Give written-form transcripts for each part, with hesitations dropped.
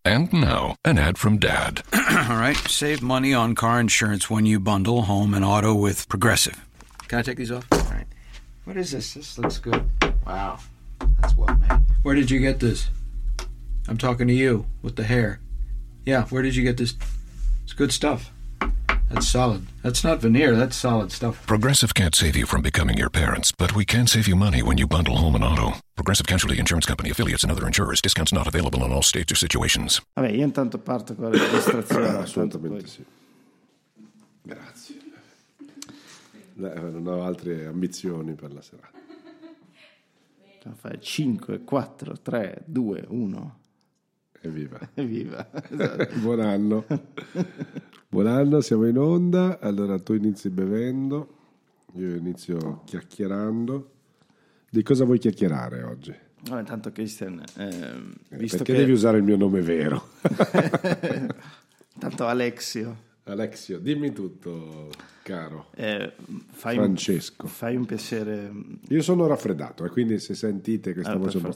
And now, an ad from Dad. All right, save money on car insurance when you bundle home and auto with Progressive. Can I take these off? All right. What is this? This looks good. Wow, that's well made. Where did you get this? I'm talking to you with the hair. Yeah, where did you get this? It's good stuff. That's solid. That's not veneer, that's solid stuff. Progressive can't save you from becoming your parents, but we can save you money when you bundle home and auto. Progressive Casualty Insurance Company, affiliates, and other insurers. Discounts not available in all states or situations. Vabbè, io intanto parto con la registrazione. Assolutamente sì. Grazie. Non ho altre ambizioni per la serata. Fai 5, 4, 3, 2, 1. Evviva. Evviva. Buon anno. Buon anno, siamo in onda. Allora tu inizi bevendo, io inizio chiacchierando. Di cosa vuoi chiacchierare oggi? No, intanto Christian, visto perché che... devi usare il mio nome vero? Tanto Alexio, dimmi tutto, caro Francesco. Fai un piacere. Io sono raffreddato e quindi se sentite che sto facendo...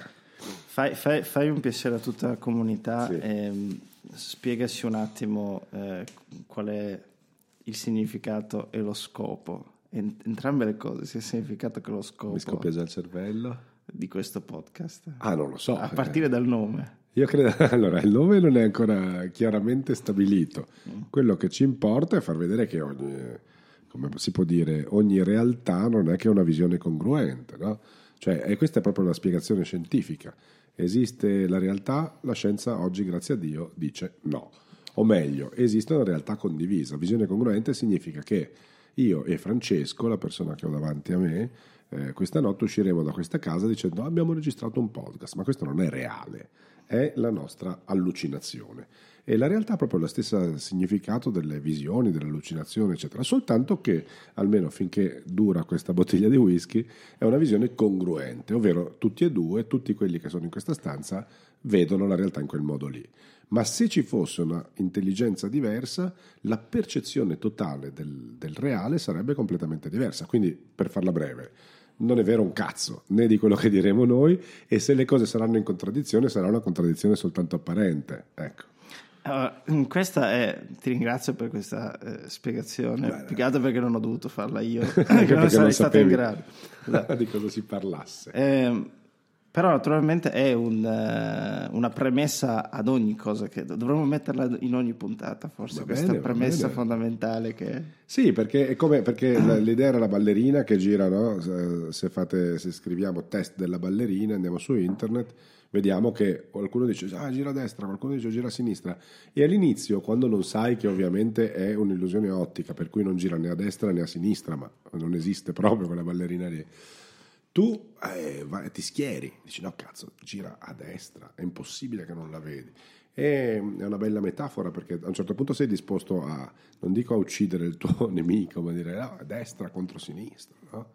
Fai un piacere a tutta la comunità. Sì. Spiegaci un attimo qual è il significato e lo scopo, entrambe le cose, sia il significato che lo scopo. Mi scoppia già il cervello di questo podcast. Non lo so. A partire dal nome. Io credo, allora, il nome non è ancora chiaramente stabilito. Quello che ci importa è far vedere che come si può dire, ogni realtà non è che una visione congruente, no? Cioè, e questa è proprio una spiegazione scientifica. Esiste la realtà, la scienza oggi, grazie a Dio, dice no. O meglio, esiste una realtà condivisa. Visione congruente significa che io e Francesco, la persona che ho davanti a me, questa notte usciremo da questa casa dicendo abbiamo registrato un podcast, ma questo non è reale, è la nostra allucinazione. E la realtà ha proprio lo stesso significato delle visioni, dell'allucinazione, eccetera, soltanto che, almeno finché dura questa bottiglia di whisky, è una visione congruente, ovvero tutti e due, tutti quelli che sono in questa stanza, vedono la realtà in quel modo lì. Ma se ci fosse una intelligenza diversa, la percezione totale del reale sarebbe completamente diversa. Quindi, per farla breve, non è vero un cazzo, né di quello che diremo noi, e se le cose saranno in contraddizione, sarà una contraddizione soltanto apparente. Ecco. Questa è, ti ringrazio per questa spiegazione, più che altro perché non ho dovuto farla io, anche non sarei stato in grado di cosa si parlasse. Però naturalmente è una premessa ad ogni cosa, che dovremmo metterla in ogni puntata, forse questa premessa fondamentale che... Sì, perché l'idea era la ballerina che gira, no? Se scriviamo test della ballerina, andiamo su internet, vediamo che qualcuno dice gira a destra, qualcuno dice gira a sinistra, e all'inizio, quando non sai che ovviamente è un'illusione ottica, per cui non gira né a destra né a sinistra, ma non esiste proprio quella ballerina lì, tu ti schieri, dici no cazzo, gira a destra, è impossibile che non la vedi. E è una bella metafora, perché a un certo punto sei disposto a, non dico a uccidere il tuo nemico, ma dire no, destra contro sinistra, no?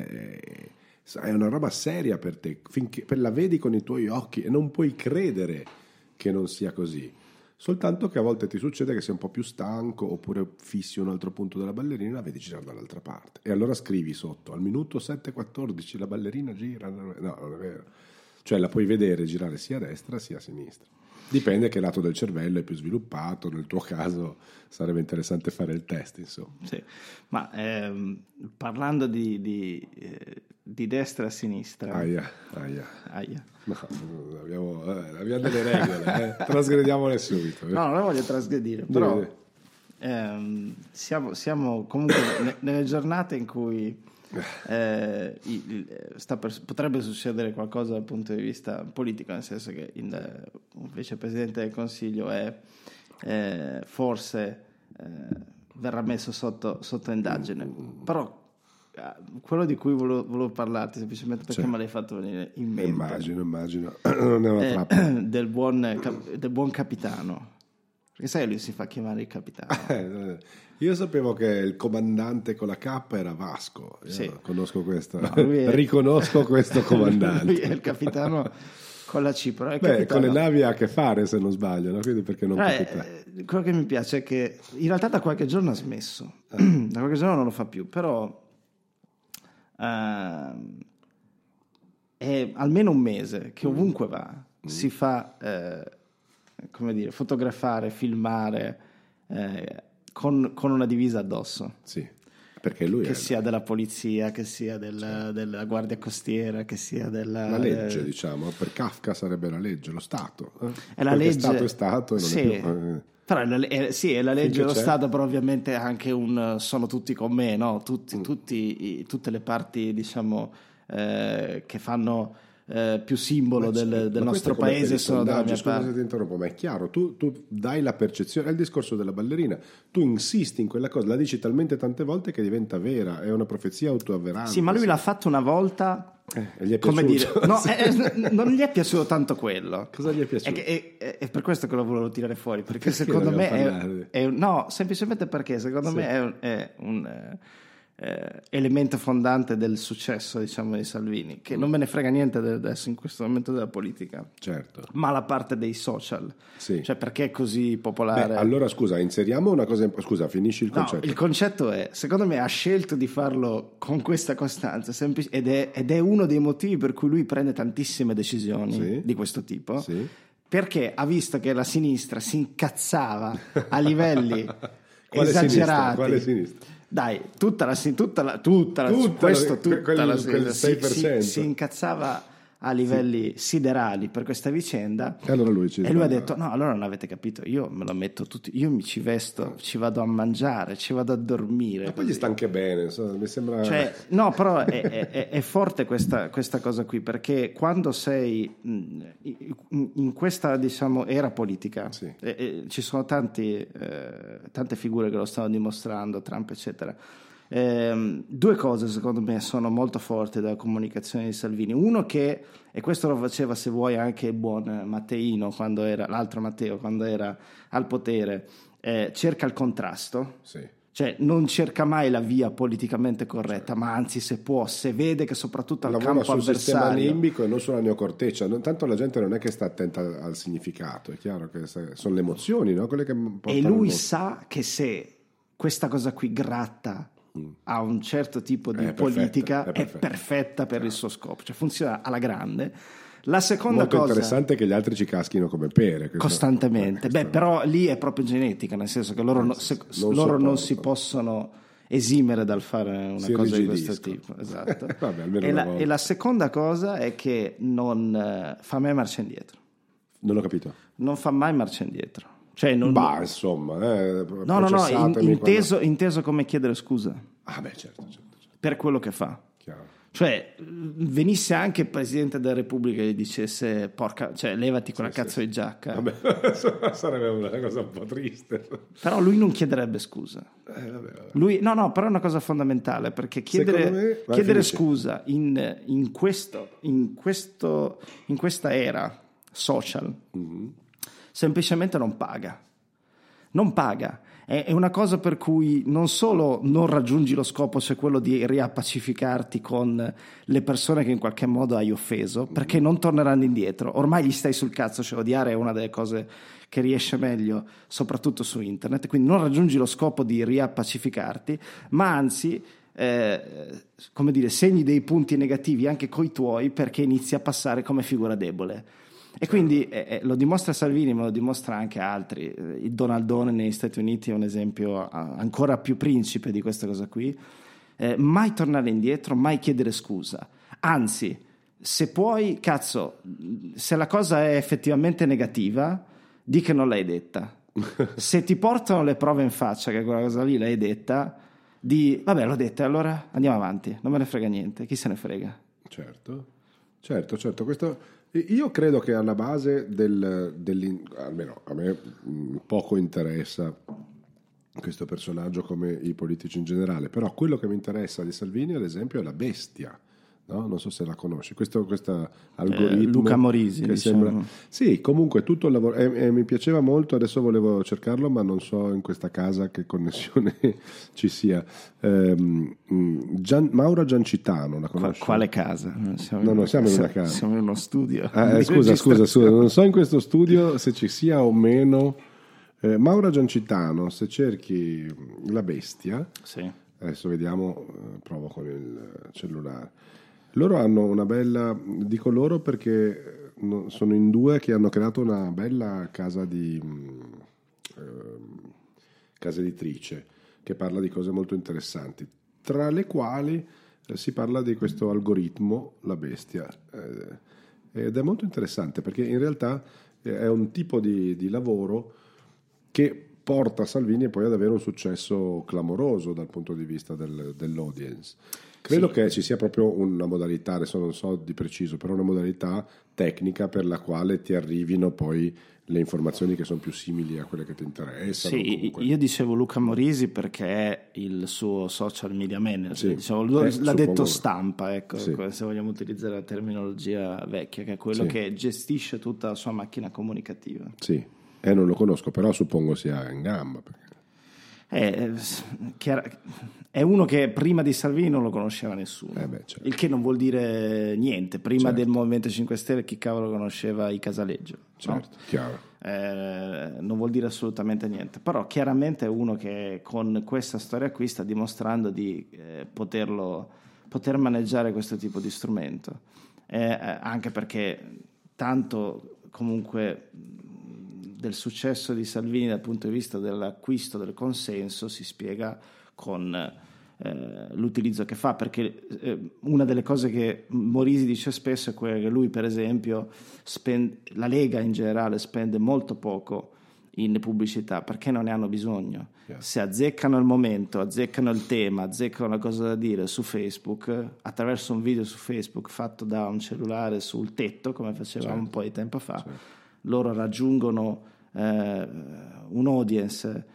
È una roba seria per te, finché la vedi con i tuoi occhi e non puoi credere che non sia così. Soltanto che a volte ti succede che sei un po' più stanco, oppure fissi un altro punto della ballerina e la vedi girare dall'altra parte. E allora scrivi sotto, al minuto 7:14 la ballerina gira. No, non è vero. Cioè la puoi vedere girare sia a destra sia a sinistra. Dipende che lato del cervello è più sviluppato, nel tuo caso sarebbe interessante fare il test, insomma. Sì, ma parlando di destra a sinistra... Aia. No, abbiamo delle regole, trasgrediamole subito. No, non le voglio trasgredire, però siamo comunque nelle giornate in cui potrebbe succedere qualcosa dal punto di vista politico, nel senso che un vicepresidente del Consiglio forse verrà messo sotto indagine, però quello di cui volevo parlarti semplicemente perché me l'hai fatto venire in mente. Immagino. Non è una trappola. Del buon capitano, perché sai, lui si fa chiamare il capitano. Io sapevo che il comandante con la K era Vasco. Io conosco questo. No, riconosco questo comandante. Lui è il capitano con la C, però capitano... con le navi ha a che fare, se non sbaglio, no? Quindi perché non capitano? Quello che mi piace è che in realtà da qualche giorno ha smesso, da qualche giorno non lo fa più, però è almeno un mese che ovunque va si fa come dire, fotografare, filmare con una divisa addosso. Sì, perché lui che sia della polizia, che sia della guardia costiera, che sia della... La legge, diciamo, per Kafka sarebbe la legge, lo Stato. È la legge... Stato è Stato e non sì. è più... Però è la legge dello Stato, però ovviamente anche sono tutti con me, no? Tutte le parti, diciamo, che fanno più simbolo del nostro paese sono dalla mia parte. Scusa se ti interrompo, ma è chiaro, tu dai la percezione, è il discorso della ballerina, tu insisti in quella cosa, la dici talmente tante volte che diventa vera, è una profezia autoavverante. Sì, ma lui l'ha fatto una volta... E gli è piaciuto. Come dire, no, non gli è piapiaciuto tanto quello. Cosa gli è piaciuto? È per questo che lo volevo tirare fuori, perché secondo me no, semplicemente perché secondo me è un elemento fondante del successo, diciamo, di Salvini, che non me ne frega niente adesso in questo momento della politica, certo, ma la parte dei social, cioè perché è così popolare. Allora scusa, inseriamo una cosa, finisci il concetto. No, il concetto è, secondo me ha scelto di farlo con questa costanza ed è uno dei motivi per cui lui prende tantissime decisioni di questo tipo, perché ha visto che la sinistra si incazzava a livelli esagerati. Quale sinistra? Dai, tutta la si incazzava a livelli siderali per questa vicenda, e allora lui ha detto no, allora non avete capito, io me lo metto tutto, io mi ci vesto, ci vado a mangiare, ci vado a dormire, ma poi gli sta anche bene, mi sembra, cioè, no, però è forte questa cosa qui, perché quando sei in questa, diciamo, era politica, ci sono tante figure che lo stanno dimostrando, Trump eccetera. Due cose secondo me sono molto forti della comunicazione di Salvini. Uno, che, e questo lo faceva, se vuoi, anche il buon Matteino l'altro Matteo quando era al potere, cerca il contrasto, cioè non cerca mai la via politicamente corretta, ma anzi, se vede che soprattutto al campo avversario sul sistema limbico e non sulla neocorteccia, tanto la gente non è che sta attenta al significato, è chiaro che sono le emozioni, no? Quelle che portano, e lui sa che se questa cosa qui gratta a un certo tipo di politica è perfetta per il suo scopo, cioè funziona alla grande. La seconda molto cosa interessante è che gli altri ci caschino come pere costantemente. Però lì è proprio genetica, nel senso che loro non si possono esimere dal fare una cosa di questo tipo. Esatto. Vabbè, e la seconda cosa è che non fa mai marcia indietro. Non ho capito. Non fa mai marcia indietro. Cioè insomma, inteso come chiedere scusa. Certo. Per quello che fa. Chiaro. Cioè, venisse anche il Presidente della Repubblica e gli dicesse levati quella cazzo di giacca. Vabbè, sarebbe una cosa un po' triste. Però lui non chiederebbe scusa. Lui, no, però è una cosa fondamentale, perché chiedere scusa in questa era social semplicemente non paga. È una cosa per cui non solo non raggiungi lo scopo, cioè quello di riappacificarti con le persone che in qualche modo hai offeso, perché non torneranno indietro, ormai gli stai sul cazzo, cioè odiare è una delle cose che riesce meglio soprattutto su internet, quindi non raggiungi lo scopo di riappacificarti, ma anzi come dire, segni dei punti negativi anche coi tuoi, perché inizi a passare come figura debole. E quindi lo dimostra Salvini, ma lo dimostra anche altri. Il Donaldone negli Stati Uniti è un esempio ancora più principe di questa cosa qui. Mai tornare indietro, mai chiedere scusa. Anzi, se puoi, se la cosa è effettivamente negativa, di che non l'hai detta. Se ti portano le prove in faccia che quella cosa lì l'hai detta, vabbè, l'ho detta, allora andiamo avanti, non me ne frega niente, chi se ne frega. Certo. Io credo che alla base almeno a me poco interessa questo personaggio come i politici in generale, però quello che mi interessa di Salvini, ad esempio, è la bestia. No? Non so se la conosci, questo algoritmo Luca Morisi, che diciamo. sembra... Sì, comunque tutto il lavoro mi piaceva molto, adesso volevo cercarlo ma non so in questa casa che connessione ci sia. Maura Giancitano, la conosci? Quale casa? Non siamo in una casa, siamo in uno studio. Scusa, non so in questo studio se ci sia o meno. Maura Giancitano, se cerchi la bestia, adesso vediamo, provo con il cellulare. Loro hanno una bella, dico loro perché sono in due che hanno creato una bella casa editrice che parla di cose molto interessanti, tra le quali si parla di questo algoritmo, la bestia, ed è molto interessante perché in realtà è un tipo di lavoro che porta Salvini poi ad avere un successo clamoroso dal punto di vista dell'audience. Credo che ci sia proprio una modalità, adesso non so di preciso, però una modalità tecnica per la quale ti arrivino poi le informazioni che sono più simili a quelle che ti interessano. Sì, comunque. io dicevo Luca Morisi perché è il suo social media manager, Sì, diciamo, l'ha detto suppongo. stampa, ecco, Sì. se vogliamo utilizzare la terminologia vecchia, che è quello Sì. che gestisce tutta la sua macchina comunicativa. Sì, non lo conosco, però suppongo sia in gamba. Perché... È uno che prima di Salvini non lo conosceva nessuno, certo. il che non vuol dire niente. Prima Certo. del Movimento 5 Stelle chi cavolo conosceva i Casaleggio? Certo, no? chiaro. Non vuol dire assolutamente niente, però chiaramente è uno che con questa storia qui sta dimostrando di poter maneggiare questo tipo di strumento, anche perché tanto comunque del successo di Salvini dal punto di vista dell'acquisto del consenso si spiega con l'utilizzo che fa, perché una delle cose che Morisi dice spesso è quella che lui, per esempio, la Lega in generale spende molto poco in pubblicità perché non ne hanno bisogno. Yeah. Se azzeccano il momento, azzeccano il tema, azzeccano una cosa da dire su Facebook, attraverso un video su Facebook fatto da un cellulare sul tetto, come facevamo un po' di tempo fa, loro raggiungono un audience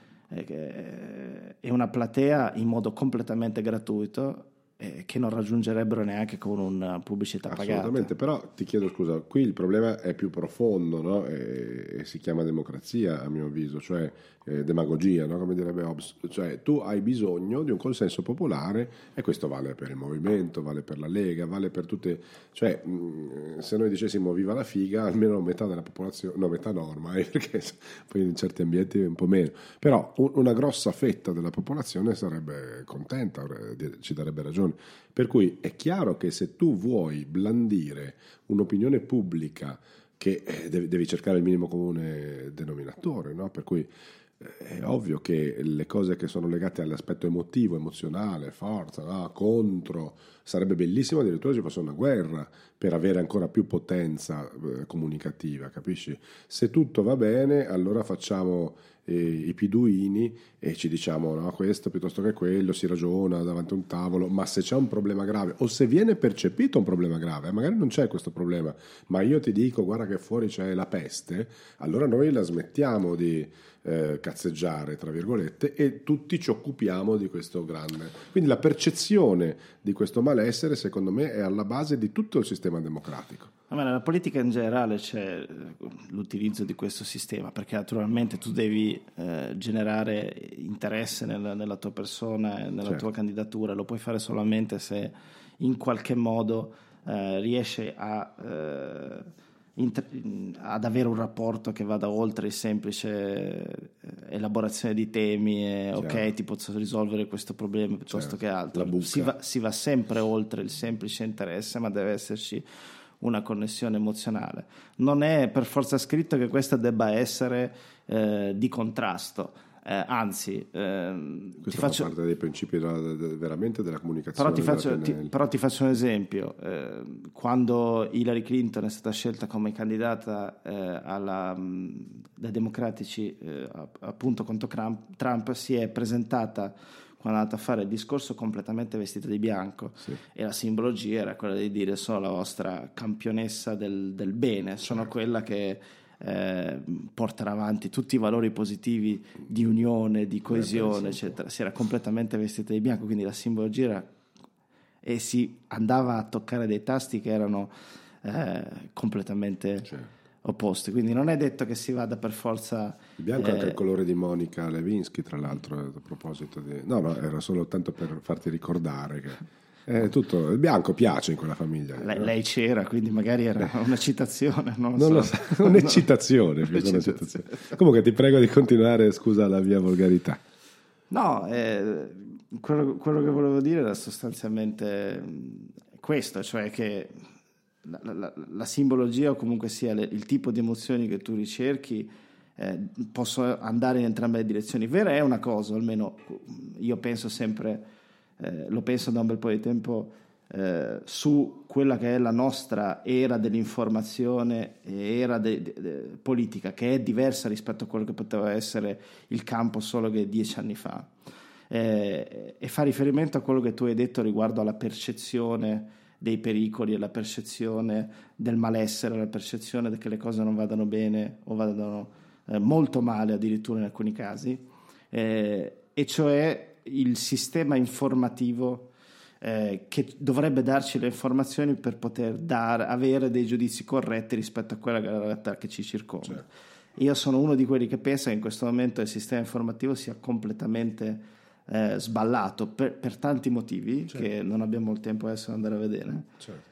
e una platea in modo completamente gratuito che non raggiungerebbero neanche con una pubblicità pagata. Assolutamente, però ti chiedo scusa, qui il problema è più profondo, no? E si chiama democrazia a mio avviso, cioè demagogia, no? Come direbbe Hobbes, cioè tu hai bisogno di un consenso popolare e questo vale per il movimento, vale per la Lega, vale per tutte, cioè se noi dicessimo viva la figa, almeno metà della popolazione, no metà no ormai, perché poi in certi ambienti un po' meno, però una grossa fetta della popolazione sarebbe contenta, ci darebbe ragione. Per cui è chiaro che se tu vuoi blandire un'opinione pubblica che devi cercare il minimo comune denominatore, no? Per cui è ovvio che le cose che sono legate all'aspetto emotivo, emozionale, forza, no? Contro, sarebbe bellissimo addirittura ci fosse una guerra per avere ancora più potenza comunicativa, capisci? Se tutto va bene, allora facciamo i piduini e ci diciamo no, questo piuttosto che quello, si ragiona davanti a un tavolo, ma se c'è un problema grave o se viene percepito un problema grave, magari non c'è questo problema, ma io ti dico guarda che fuori c'è la peste, allora noi la smettiamo di cazzeggiare tra virgolette e tutti ci occupiamo di questo grande, quindi la percezione di questo malessere secondo me è alla base di tutto il sistema democratico. Nella politica in generale c'è l'utilizzo di questo sistema perché naturalmente tu devi generare interesse nella tua persona e nella tua candidatura, lo puoi fare solamente se in qualche modo riesci ad avere un rapporto che vada oltre il semplice elaborazione di temi e ok ti posso risolvere questo problema piuttosto che altro, si va sempre oltre il semplice interesse, ma deve esserci una connessione emozionale. Non è per forza scritto che questa debba essere di contrasto, anzi questo fa parte dei principi veramente della comunicazione. Però ti faccio un esempio. Quando Hillary Clinton è stata scelta come candidata dai democratici appunto contro Trump, si è presentata quando è andata a fare il discorso completamente vestita di bianco e la simbologia era quella di dire sono la vostra campionessa del bene, sono quella che porterà avanti tutti i valori positivi di unione, di coesione, eccetera. Si era completamente vestita di bianco, quindi la simbologia era, e si andava a toccare dei tasti che erano completamente opposti, quindi non è detto che si vada per forza. Il bianco è anche il colore di Monica Lewinsky, tra l'altro, a proposito di... No, era solo tanto per farti ricordare che tutto il bianco piace in quella famiglia. Lei c'era, quindi magari era una citazione, non lo so. Un'eccitazione, più che un'eccitazione. Comunque ti prego di continuare, scusa la mia volgarità. No, quello che volevo dire era sostanzialmente questo, cioè che la simbologia o comunque sia il tipo di emozioni che tu ricerchi possono andare in entrambe le direzioni. Vera è una cosa, almeno io penso sempre, lo penso da un bel po' di tempo, su quella che è la nostra era dell'informazione, era politica, che è diversa rispetto a quello che poteva essere il campo solo che 10 anni fa, e fa riferimento a quello che tu hai detto riguardo alla percezione dei pericoli, alla percezione del malessere, alla percezione che le cose non vadano bene o vadano molto male addirittura in alcuni casi, e cioè il sistema informativo che dovrebbe darci le informazioni per poter avere dei giudizi corretti rispetto a quella che è la realtà che ci circonda. Certo. Io sono uno di quelli che pensa che in questo momento il sistema informativo sia completamente sballato per tanti motivi, certo, che non abbiamo il tempo adesso di andare a vedere,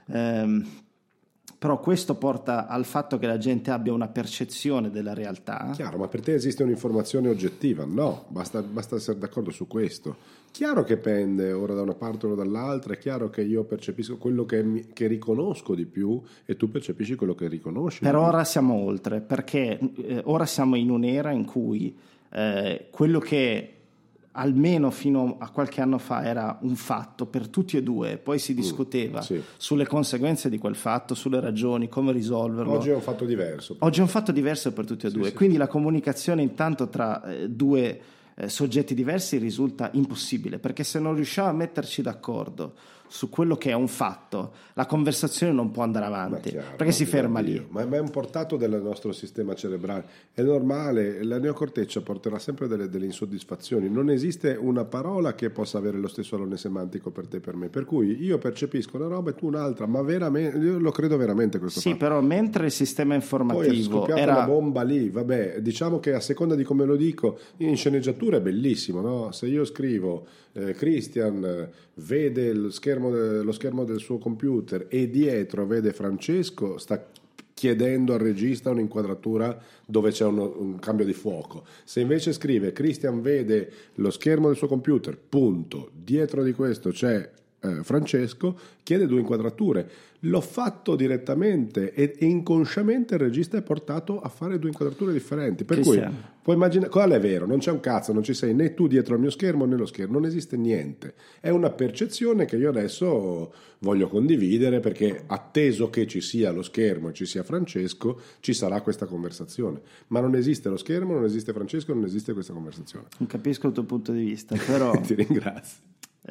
certo. Però questo porta al fatto che la gente abbia una percezione della realtà. Chiaro, ma per te esiste un'informazione oggettiva? No, basta essere d'accordo su questo. Chiaro che pende ora da una parte o dall'altra, è chiaro che io percepisco quello che riconosco di più e tu percepisci quello che riconosci. Per ora siamo oltre, perché ora siamo in un'era in cui quello che almeno fino a qualche anno fa era un fatto per tutti e due, poi si discuteva sulle conseguenze di quel fatto, sulle ragioni, come risolverlo. Oggi è un fatto diverso. Oggi è un fatto diverso per tutti e due, quindi la comunicazione intanto tra due soggetti diversi risulta impossibile, perché se non riusciamo a metterci d'accordo su quello che è un fatto, la conversazione non può andare avanti, perché si ferma lì. Ma è un portato del nostro sistema cerebrale, è normale, la neocorteccia porterà sempre delle insoddisfazioni, non esiste una parola che possa avere lo stesso alone semantico per te e per me, per cui io percepisco una roba e tu un'altra, ma veramente, io lo credo veramente questo fatto. Però mentre il sistema informativo poi è scoppiata la bomba lì, vabbè, diciamo che a seconda di come lo dico, in sceneggiatura è bellissimo, no? Se io scrivo Christian vede lo schermo del suo computer e dietro vede Francesco, sta chiedendo al regista un'inquadratura dove c'è un cambio di fuoco. Se invece scrive Christian vede lo schermo del suo computer, punto, dietro di questo c'è Francesco, chiede 2 inquadrature. L'ho fatto direttamente e inconsciamente il regista è portato a fare 2 inquadrature differenti, per cui puoi immaginare qual è vero, non c'è un cazzo, non ci sei né tu dietro al mio schermo né lo schermo, non esiste niente, è una percezione che io adesso voglio condividere, perché atteso che ci sia lo schermo e ci sia Francesco ci sarà questa conversazione, ma non esiste lo schermo, non esiste Francesco, non esiste questa conversazione. Non capisco il tuo punto di vista, però ti ringrazio.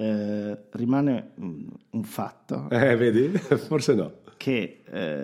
Rimane un fatto, vedi? Forse no, che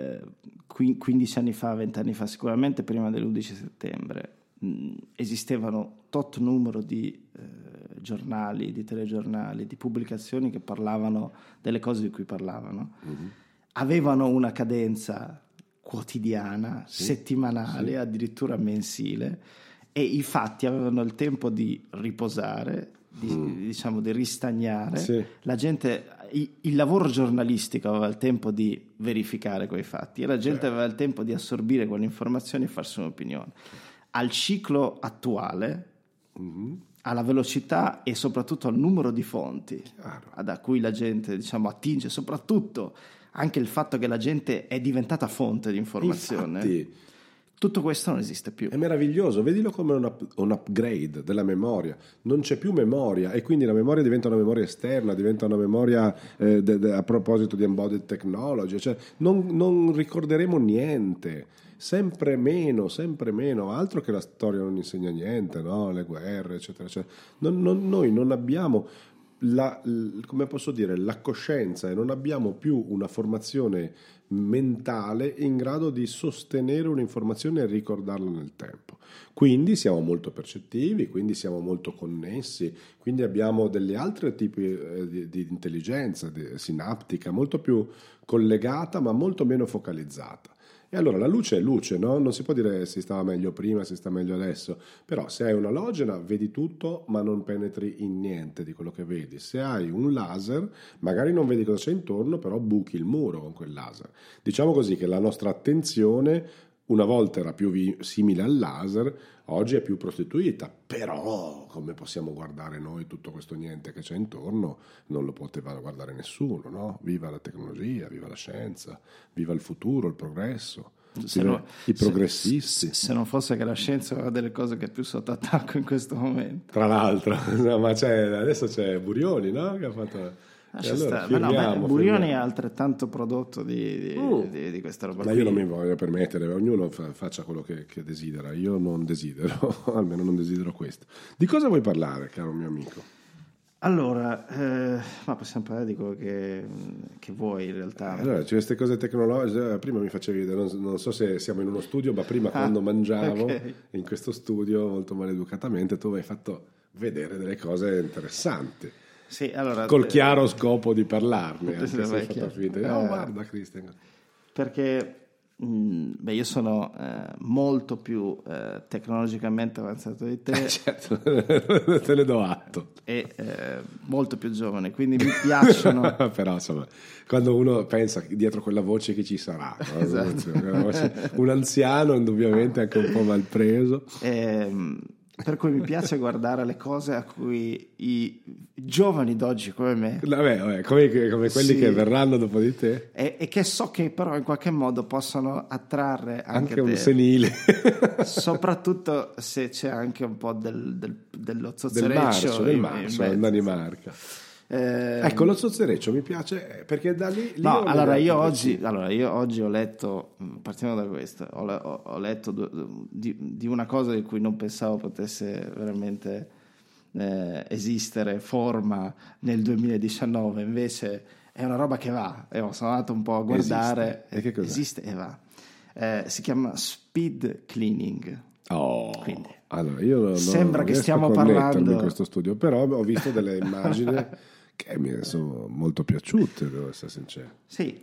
15 anni fa, 20 anni fa, sicuramente prima dell'11 settembre esistevano tot numero di giornali, di telegiornali, di pubblicazioni che parlavano delle cose di cui parlavano, avevano una cadenza quotidiana, settimanale, addirittura mensile, e i fatti avevano il tempo di riposare, diciamo di ristagnare. La gente, il lavoro giornalistico aveva il tempo di verificare quei fatti e la gente aveva il tempo di assorbire quelle informazioni e farsi un'opinione. Al ciclo attuale, alla velocità e soprattutto al numero di fonti da cui la gente, diciamo, attinge, soprattutto anche il fatto che la gente è diventata fonte di informazione. Infatti, tutto questo non esiste più. È meraviglioso, vedilo come un upgrade della memoria. Non c'è più memoria e quindi la memoria diventa una memoria esterna, diventa una memoria a proposito di embodied technology, cioè non ricorderemo niente, sempre meno, altro che la storia non insegna niente, no? Le guerre, eccetera, eccetera. Noi non abbiamo come posso dire, la coscienza e non abbiamo più una formazione mentale in grado di sostenere un'informazione e ricordarla nel tempo. Quindi siamo molto percettivi, quindi siamo molto connessi, quindi abbiamo degli altri tipi di intelligenza sinaptica molto più collegata ma molto meno focalizzata. E allora la luce è luce, no? Non si può dire si stava meglio prima, si sta meglio adesso, però se hai un'alogena vedi tutto ma non penetri in niente di quello che vedi. Se hai un laser magari non vedi cosa c'è intorno, però buchi il muro con quel laser. Diciamo così che la nostra attenzione una volta era più simile al laser, oggi è più prostituita, però come possiamo guardare noi tutto questo niente che c'è intorno? Non lo poteva guardare nessuno, no? Viva la tecnologia, viva la scienza, viva il futuro, il progresso. I progressisti. Se non fosse che la scienza è una delle cose che è più sotto attacco in questo momento. Tra l'altro, no, ma adesso c'è Burioni, no? Che ha fatto... Burioni è altrettanto prodotto di questa roba. Ma io non mi voglio permettere, ognuno faccia quello che desidera. Io non desidero, almeno non desidero questo. Di cosa vuoi parlare, caro mio amico? Allora, ma possiamo parlare di quello che vuoi in realtà. Allora, c'è queste cose tecnologiche. Prima mi facevi vedere, non so se siamo in uno studio, ma prima quando mangiavo in questo studio molto maleducatamente tu mi hai fatto vedere delle cose interessanti. Sì, allora, col chiaro scopo di parlarne, anche se hai fatto finta. Guarda Cristian. Perché io sono molto più tecnologicamente avanzato di te. Certo, te ne do atto. E molto più giovane, quindi mi piacciono. Però insomma, quando uno pensa dietro quella voce chi ci sarà, no? Esatto. Un anziano indubbiamente anche un po' malpreso. Per cui mi piace guardare le cose a cui i giovani d'oggi come me, come quelli che verranno dopo di te, e che so che però in qualche modo possono attrarre anche un te, senile, soprattutto se c'è anche un po' dello zozzereccio del marcio in Danimarca. Ecco, lo zozzereccio mi piace perché da lì io oggi ho letto, partiamo da questo, ho letto di una cosa di cui non pensavo potesse veramente esistere forma nel 2019, invece è una roba che va, e sono andato un po' a guardare. Esiste. E che cos'è? Esiste e va. Si chiama speed cleaning. Quindi, allora io non sembra che stiamo parlando in questo studio, però ho visto delle immagini che mi sono molto piaciute, devo essere sincero. Sì,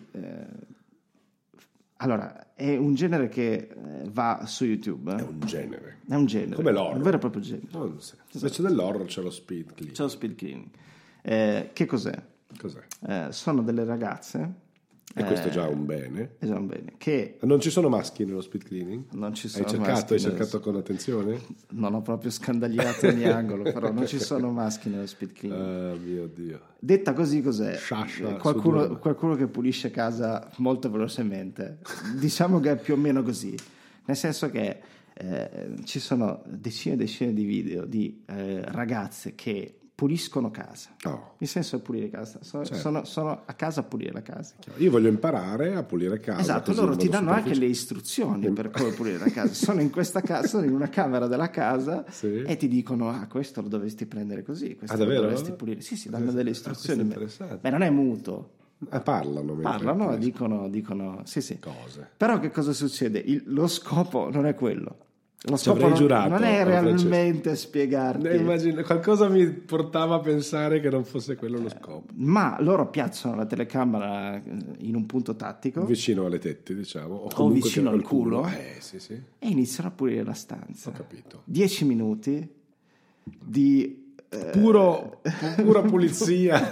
allora è un genere che va su YouTube. È un genere. Come l'horror. Un vero e proprio genere. Non so. Invece dell'horror c'è lo speed cleaning. C'è lo speed cleaning. Che cos'è? Sono delle ragazze. E questo è già un bene. È già un bene. Che non ci sono maschi nello speed cleaning? Non ci sono maschi. Hai cercato con attenzione? Non ho proprio scandagliato ogni angolo, però non ci sono maschi nello speed cleaning. Mio Dio. Detta così, cos'è? Sciascia, qualcuno che pulisce casa molto velocemente. Diciamo che è più o meno così. Nel senso che ci sono decine e decine di video di ragazze che puliscono casa. Il senso è pulire casa. Sono a casa a pulire la casa. Io voglio imparare a pulire casa. Esatto, loro ti danno anche le istruzioni per come pulire la casa. Sono in questa casa, sono in una camera della casa, e ti dicono: questo lo dovresti prendere così, questo lo dovresti pulire. Sì, danno delle istruzioni. Beh, non è muto. Parlano e dicono sì. Cose. Però che cosa succede? Lo scopo non è quello. Lo scopo non è realmente spiegarti. Qualcosa mi portava a pensare che non fosse quello lo scopo. Ma loro piazzano la telecamera in un punto tattico, vicino alle tette, diciamo, o vicino al culo, sì. E iniziano a pulire la stanza. Ho capito. 10 minuti di pura pulizia.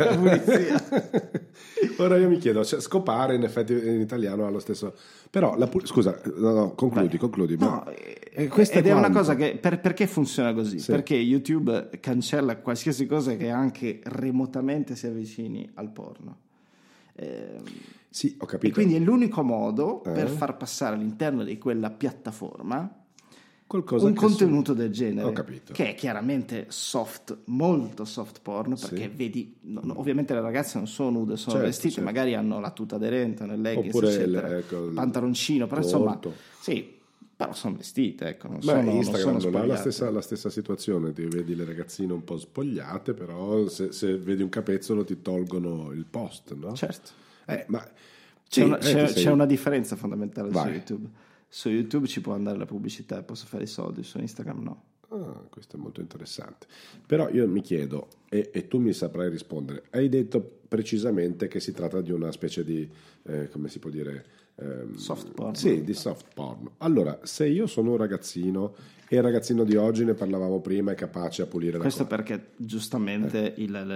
Ora io mi chiedo, scopare in effetti in italiano ha lo stesso, però concludi. No, ed è una cosa che perché funziona così? Sì. Perché YouTube cancella qualsiasi cosa che anche remotamente si avvicini al porno. Sì, ho capito. E quindi è l'unico modo per far passare all'interno di quella piattaforma un contenuto del genere. Ho capito. Che è chiaramente molto soft porn, perché vedi, ovviamente le ragazze non sono nude, sono vestite, magari hanno la tuta aderente nel leggings, eccetera, il pantaloncino, però insomma, sì, però sono vestite, ecco, Instagram non non ha la stessa situazione, ti vedi le ragazzine un po' spogliate, però se vedi un capezzolo ti tolgono il post, no? Certo. Ma c'è una differenza fondamentale su YouTube. Su YouTube ci può andare la pubblicità, posso fare i soldi, su Instagram no. Questo è molto interessante. Però io mi chiedo, e tu mi saprai rispondere, hai detto precisamente che si tratta di una specie di, come si può dire, Soft porn. Sì, di soft porn. Allora, se io sono un ragazzino e il ragazzino di oggi, ne parlavamo prima, è capace a pulire la Questo cosa. perché giustamente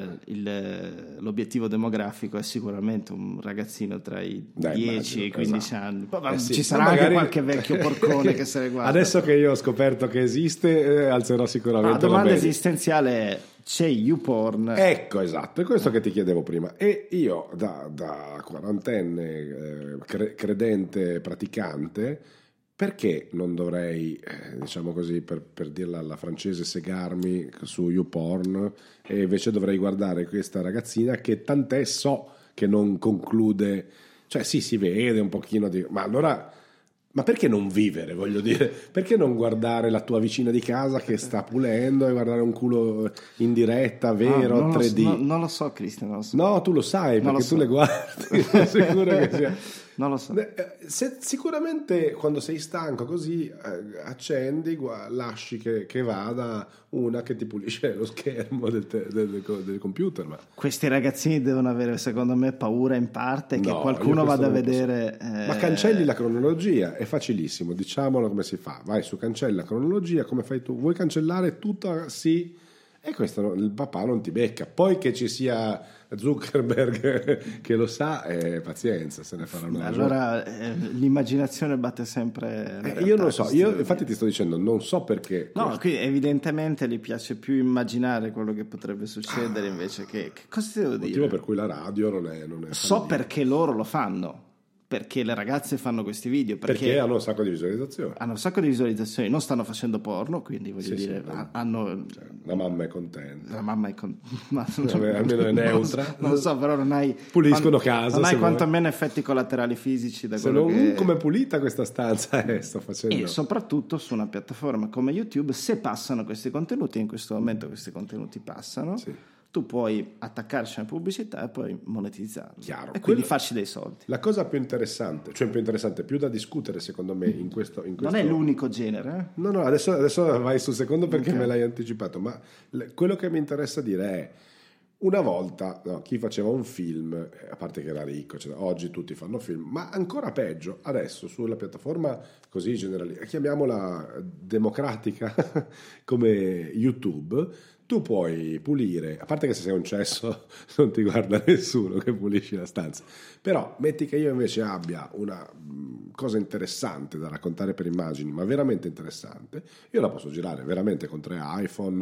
l'obiettivo demografico è sicuramente un ragazzino tra i 10 e i 15 anni. Poi, sì, ci sarà ma anche magari- qualche vecchio porcone che se ne guarda. Adesso che io ho scoperto che esiste, alzerò sicuramente La domanda la media. esistenziale è: c'è YouPorn? Ecco, esatto, è questo che ti chiedevo prima. E io da quarantenne credente, praticante, perché non dovrei, diciamo così, per dirla alla francese, segarmi su YouPorn e invece dovrei guardare questa ragazzina che tant'è so che non conclude, cioè sì, si vede un pochino di... Ma allora... Ma perché non vivere, voglio dire? Perché non guardare la tua vicina di casa che sta pulendo e guardare un culo in diretta, vero, non 3D? Non lo so, Cristian, non lo so. No, tu lo sai, Non perché lo tu so. le guardi, sono sicuro che sia... Non lo so. Sicuramente quando sei stanco così accendi, lasci che vada una che ti pulisce lo schermo del computer. Ma... Questi ragazzini devono avere, secondo me, paura in parte che No, qualcuno io questo vada a non posso. vedere. Ma cancelli la cronologia, è facilissimo, diciamolo come si fa. Vai su cancella cronologia, come fai tu? Vuoi cancellare tutta? Sì. E questo il papà non ti becca. Poi che ci sia Zuckerberg che lo sa, pazienza, se ne farà una ragione. Allora l'immaginazione batte sempre la Io realtà, non lo so, questo io devo infatti dire. ti sto dicendo, non so perché. No, qui evidentemente gli piace più immaginare quello che potrebbe succedere invece che cosa ti devo Il dire? motivo per cui la radio non è So fallibile. perché loro lo fanno, perché le ragazze fanno questi video, Perché hanno un sacco di visualizzazioni. hanno un sacco di visualizzazioni, non stanno facendo porno, quindi voglio Sì, dire, sì, hanno... La mamma è contenta. La mamma è ma Almeno è neutra. Non lo so, però non hai... Puliscono casa, Non hai se vuoi. quantomeno effetti collaterali fisici da Se quello non che... come è pulita questa stanza, sto facendo. E soprattutto su una piattaforma come YouTube, se passano questi contenuti, in questo momento questi contenuti passano, Sì. tu puoi attaccarci una pubblicità e poi monetizzarli. Chiaro. E quindi Quello- farci dei soldi. La cosa più interessante, più da discutere secondo me in questo... Non è l'unico genere, eh? No, adesso vai sul secondo perché me l'hai anticipato, ma quello che mi interessa dire è, una volta chi faceva un film, a parte che era ricco, oggi tutti fanno film, ma ancora peggio, adesso sulla piattaforma così generale, chiamiamola democratica come YouTube, tu puoi pulire, a parte che se sei un cesso non ti guarda nessuno che pulisci la stanza, però metti che io invece abbia una cosa interessante da raccontare per immagini, ma veramente interessante, io la posso girare veramente con 3 iPhone,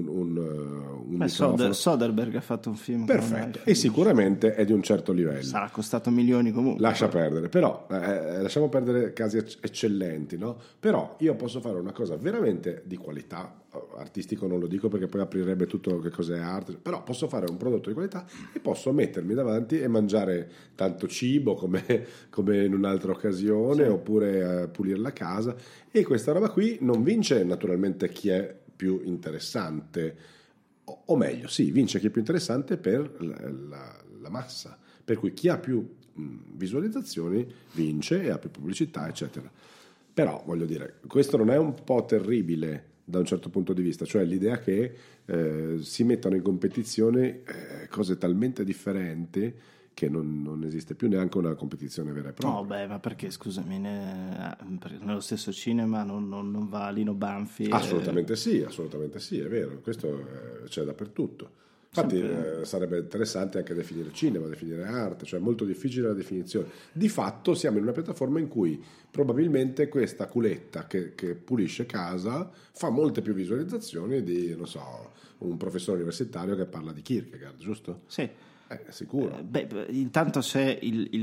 un microfono. Soderbergh ha fatto un film con un Perfetto, iPhone. e sicuramente è di un certo livello. Sarà costato milioni comunque. Lascia perdere, però lasciamo perdere casi eccellenti, no? Però io posso fare una cosa veramente di qualità, artistico non lo dico perché poi aprirebbe tutto che cos'è arte, però posso fare un prodotto di qualità e posso mettermi davanti e mangiare tanto cibo come in un'altra occasione, oppure pulire la casa, e questa roba qui non vince naturalmente chi è più interessante, o meglio, sì, vince chi è più interessante per la massa, per cui chi ha più visualizzazioni vince e ha più pubblicità, eccetera. Però voglio dire, questo non è un po' terribile da un certo punto di vista, cioè l'idea che si mettano in competizione cose talmente differenti che non esiste più neanche una competizione vera e propria. No, beh, ma perché, scusami, perché nello stesso cinema non va Lino Banfi? Assolutamente sì, è vero, questo c'è dappertutto. Infatti sarebbe interessante anche definire cinema, definire arte, cioè è molto difficile la definizione. Di fatto siamo in una piattaforma in cui probabilmente questa culetta che pulisce casa fa molte più visualizzazioni di, non so, un professore universitario che parla di Kierkegaard, giusto? Sì. Sicuro. Intanto c'è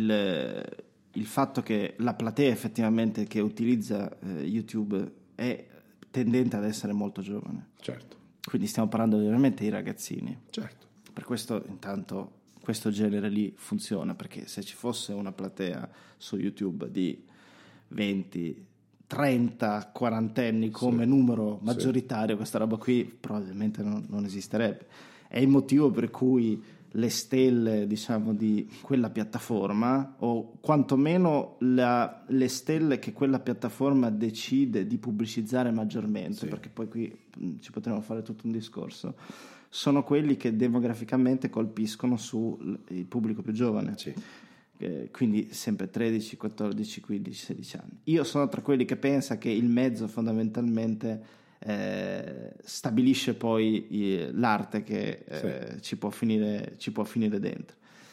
il fatto che la platea effettivamente che utilizza YouTube è tendente ad essere molto giovane. Certo. Quindi stiamo parlando veramente di ragazzini. Certo. Per questo intanto questo genere lì funziona, perché se ci fosse una platea su YouTube di 20, 30, 40enni come numero maggioritario, questa roba qui probabilmente non esisterebbe. È il motivo per cui le stelle, diciamo, di quella piattaforma, o quantomeno le stelle che quella piattaforma decide di pubblicizzare maggiormente, perché poi qui ci potremmo fare tutto un discorso, sono quelli che demograficamente colpiscono sul pubblico più giovane. Sì. quindi sempre 13, 14, 15, 16 anni. Io sono tra quelli che pensa che il mezzo fondamentalmente stabilisce poi l'arte che ci può finire dentro.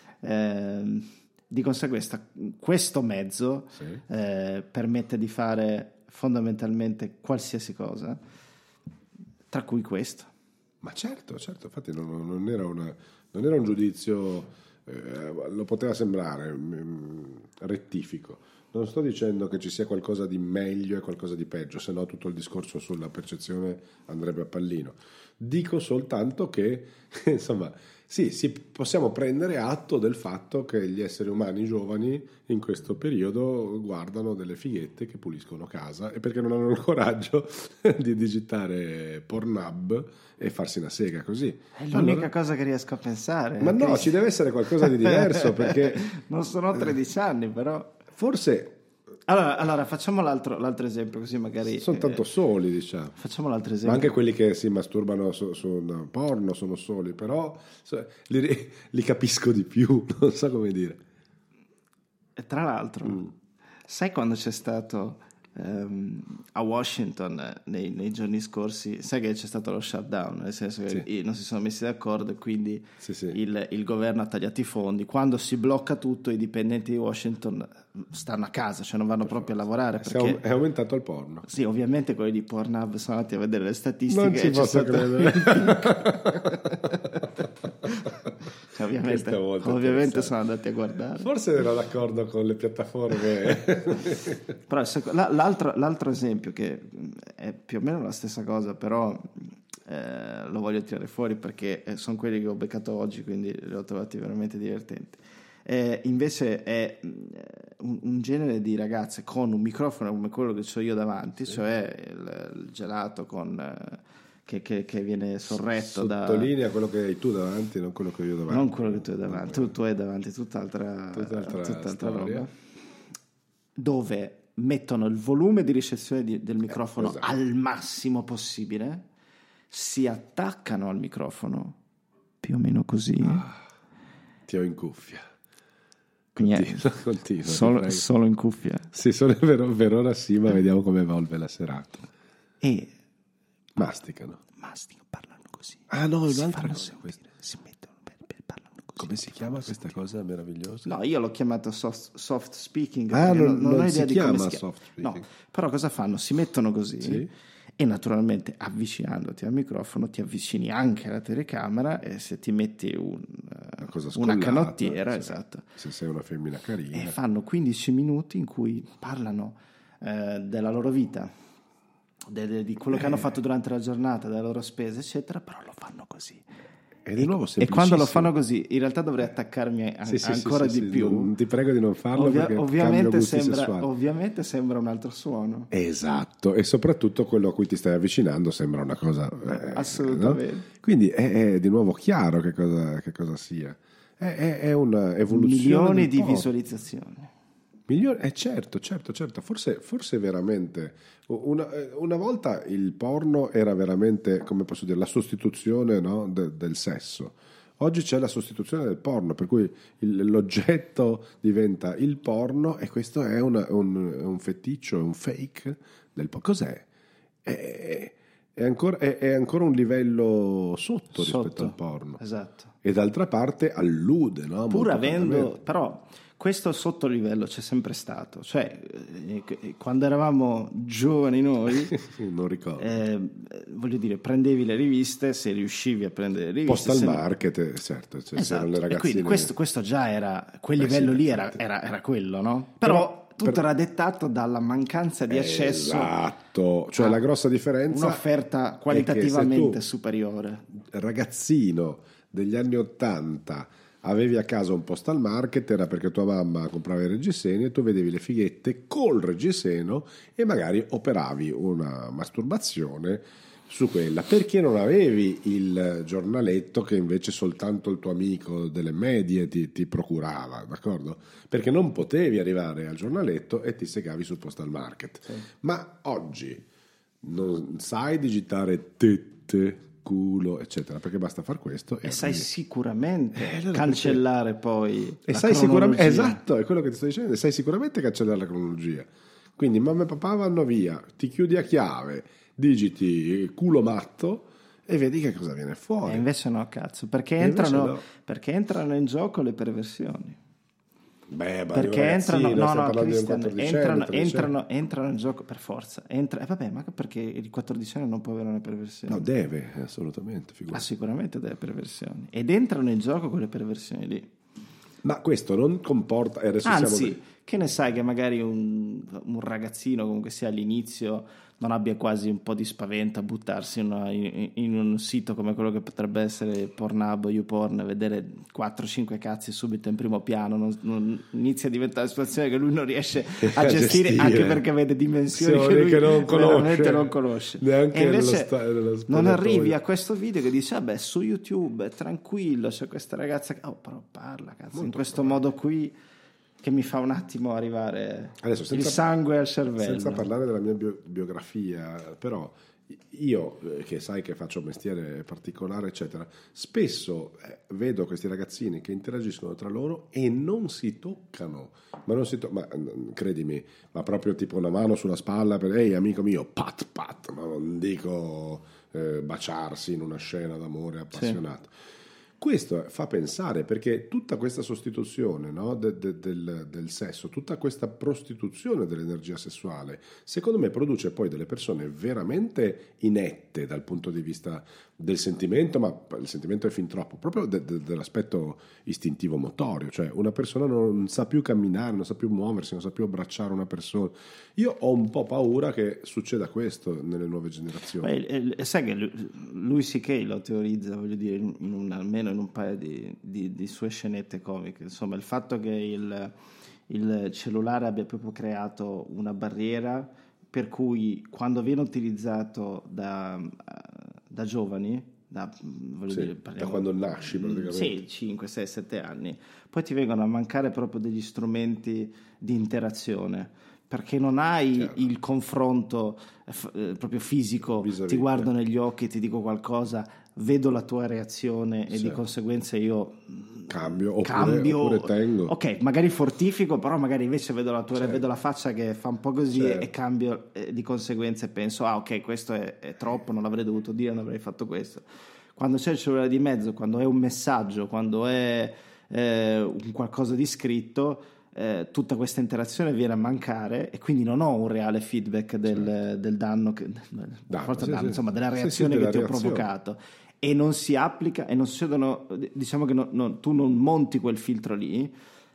Di conseguenza questo mezzo permette di fare fondamentalmente qualsiasi cosa, tra cui questo. Ma certo, infatti non era un giudizio, lo poteva sembrare, rettifico. Non sto dicendo che ci sia qualcosa di meglio e qualcosa di peggio, se no tutto il discorso sulla percezione andrebbe a pallino. Dico soltanto che, insomma, sì, possiamo prendere atto del fatto che gli esseri umani giovani in questo periodo guardano delle fighette che puliscono casa e perché non hanno il coraggio di digitare Pornhub e farsi una sega così. È l'unica cosa che riesco a pensare. Ma no, ci deve essere qualcosa di diverso perché... Non sono 13 anni, però... Forse... Allora facciamo l'altro esempio, così magari... Sono tanto soli, diciamo. Facciamo l'altro esempio. Ma anche quelli che si masturbano su un porno sono soli, però li capisco di più, non so come dire. E tra l'altro, sai quando c'è stato a Washington nei giorni scorsi, sai che c'è stato lo shutdown, nel senso che non si sono messi d'accordo e quindi il governo ha tagliato i fondi. Quando si blocca tutto, i dipendenti di Washington stanno a casa, cioè non vanno proprio a lavorare perché è aumentato il porno. Sì, ovviamente quelli di Pornhub sono andati a vedere le statistiche. Non ci posso credere. Cioè, ovviamente sono andati a guardare. Forse era d'accordo con le piattaforme. Però l'altro esempio, che è più o meno la stessa cosa, però lo voglio tirare fuori perché sono quelli che ho beccato oggi, quindi li ho trovati veramente divertenti. Invece è un genere di ragazze con un microfono come quello che ho io davanti, cioè il gelato che viene sorretto sottolinea quello che hai tu davanti, non quello che ho io davanti. Non quello che tu hai davanti, tu hai davanti tutt'altra roba, dove mettono il volume di ricezione del microfono al massimo possibile, si attaccano al microfono più o meno così. Ti ho in cuffia. Continua, solo in cuffia. Sì, solo per ora sì, ma vediamo come evolve la serata. E masticano, parlano così. Ah no, un'altra cosa. Si mettono parlano così. Come si chiama questa cosa meravigliosa? No, io l'ho chiamato soft speaking. Non ho idea si di chiama come si soft speaking. No, però cosa fanno? Si mettono così e naturalmente avvicinandoti al microfono ti avvicini anche alla telecamera e se ti metti una canottiera, esatto. Se sei una femmina carina. E fanno 15 minuti in cui parlano della loro vita, di quello che hanno fatto durante la giornata, delle loro spese, eccetera, però lo fanno così. E di nuovo e quando lo fanno così, in realtà dovrei attaccarmi ancora di più. Ti prego di non farlo perché ovviamente sembra un altro suono. Esatto, e soprattutto quello a cui ti stai avvicinando sembra una cosa assolutamente. No? Quindi è di nuovo chiaro che cosa sia. È una evoluzione. Milioni di visualizzazioni. Certo. Forse veramente una volta il porno era veramente, come posso dire, la sostituzione, no, del sesso. Oggi c'è la sostituzione del porno, per cui l'oggetto diventa il porno e questo è un feticcio, è un fake del porno. Cos'è? È ancora un livello sotto rispetto al porno. Esatto. E d'altra parte allude, no? Pur avendo, però questo sottolivello c'è sempre stato, cioè quando eravamo giovani noi non ricordo, voglio dire, prendevi le riviste, se riuscivi a prendere le riviste Postal Market, certo, esatto. Le ragazzine. E quindi questo già era quel livello lì, era quello, no? Però tutto era dettato dalla mancanza di accesso, esatto, cioè la grossa differenza, un'offerta qualitativamente superiore. Ragazzino degli anni 80 avevi a casa un Postal Market, era perché tua mamma comprava i reggiseni e tu vedevi le fighette col reggiseno e magari operavi una masturbazione su quella, perché non avevi il giornaletto che invece soltanto il tuo amico delle medie ti procurava, d'accordo? Perché non potevi arrivare al giornaletto e ti segavi sul Postal Market. Sì. Ma oggi non sai digitare tette, culo, eccetera, perché basta far questo e sai sicuramente allora cancellare poi e la sai sicuramente, cronologia. esatto, è quello che ti sto dicendo, sai sicuramente cancellare la cronologia. Quindi mamma e papà vanno via, ti chiudi a chiave, digiti culo matto e vedi che cosa viene fuori. E invece no, cazzo, perché E invece entrano, no. perché entrano in gioco le perversioni. Beh, ma Perché entrano, Cristian, entrano in gioco per forza. Vabbè, ma perché il 14enne non può avere una perversione? no, deve, assolutamente, figurati. Sicuramente deve perversioni. Ed entrano in gioco quelle perversioni lì. Ma questo non comporta, e adesso Anzi, che ne sai che magari un ragazzino, comunque sia all'inizio, non abbia quasi un po' di spavento a buttarsi in un sito come quello che potrebbe essere Pornhub o YouPorn e vedere 4-5 cazzi subito in primo piano, non inizia a diventare una situazione che lui non riesce a gestire, anche perché vede dimensioni che lui veramente non conosce. Neanche e invece nello non arrivi a questo video che dice vabbè, su YouTube è tranquillo, c'è questa ragazza che però parla, cazzo, in questo modo qui che mi fa un attimo arrivare adesso, il sangue al cervello. Senza parlare della mia biografia, però io, che sai che faccio un mestiere particolare, eccetera, spesso vedo questi ragazzini che interagiscono tra loro e non si toccano, ma credimi, ma proprio tipo una mano sulla spalla per ehi amico mio, pat pat, ma non dico baciarsi in una scena d'amore appassionato. Sì. Questo fa pensare, perché tutta questa sostituzione, no, del sesso, tutta questa prostituzione dell'energia sessuale, secondo me produce poi delle persone veramente inette dal punto di vista del sentimento, ma il sentimento è fin troppo, proprio dell'aspetto istintivo motorio, cioè una persona non sa più camminare, non sa più muoversi, non sa più abbracciare una persona. Io ho un po' paura che succeda questo nelle nuove generazioni. Sai che Louis C.K. lo teorizza, voglio dire, almeno in un paio di sue scenette comiche, insomma, il fatto che il cellulare abbia proprio creato una barriera per cui quando viene utilizzato da giovani, da quando nasci praticamente, sì, 5, 6, 7 anni, poi ti vengono a mancare proprio degli strumenti di interazione, perché non hai il confronto proprio fisico, vis-à-vis, ti guardo negli occhi, ti dico qualcosa, vedo la tua reazione e di conseguenza io cambio oppure tengo. Ok, magari fortifico, però magari invece vedo la tua vedo la faccia che fa un po' così e cambio di conseguenza e penso ok, questo è troppo, non l'avrei dovuto dire, non avrei fatto questo. Quando c'è il cellulare di mezzo, quando è un messaggio, quando è un qualcosa di scritto, tutta questa interazione viene a mancare e quindi non ho un reale feedback del danno, insomma della reazione che ti ho provocato, e non si applica e non succedono, diciamo che tu non monti quel filtro lì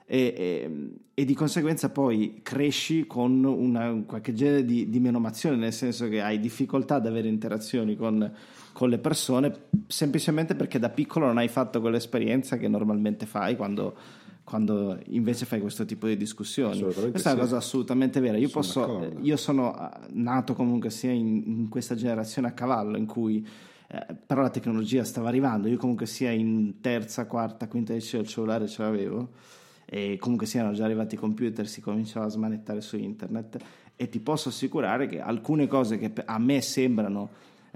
e di conseguenza poi cresci con qualche genere di menomazione, nel senso che hai difficoltà ad avere interazioni con le persone semplicemente perché da piccolo non hai fatto quell'esperienza che normalmente fai quando invece fai questo tipo di discussioni. Questa è una cosa assolutamente vera. Io sono nato comunque sia in questa generazione a cavallo in cui però la tecnologia stava arrivando, io comunque sia in terza, quarta, quinta liceo il cellulare ce l'avevo e comunque siano già arrivati i computer, si cominciava a smanettare su internet e ti posso assicurare che alcune cose che a me sembrano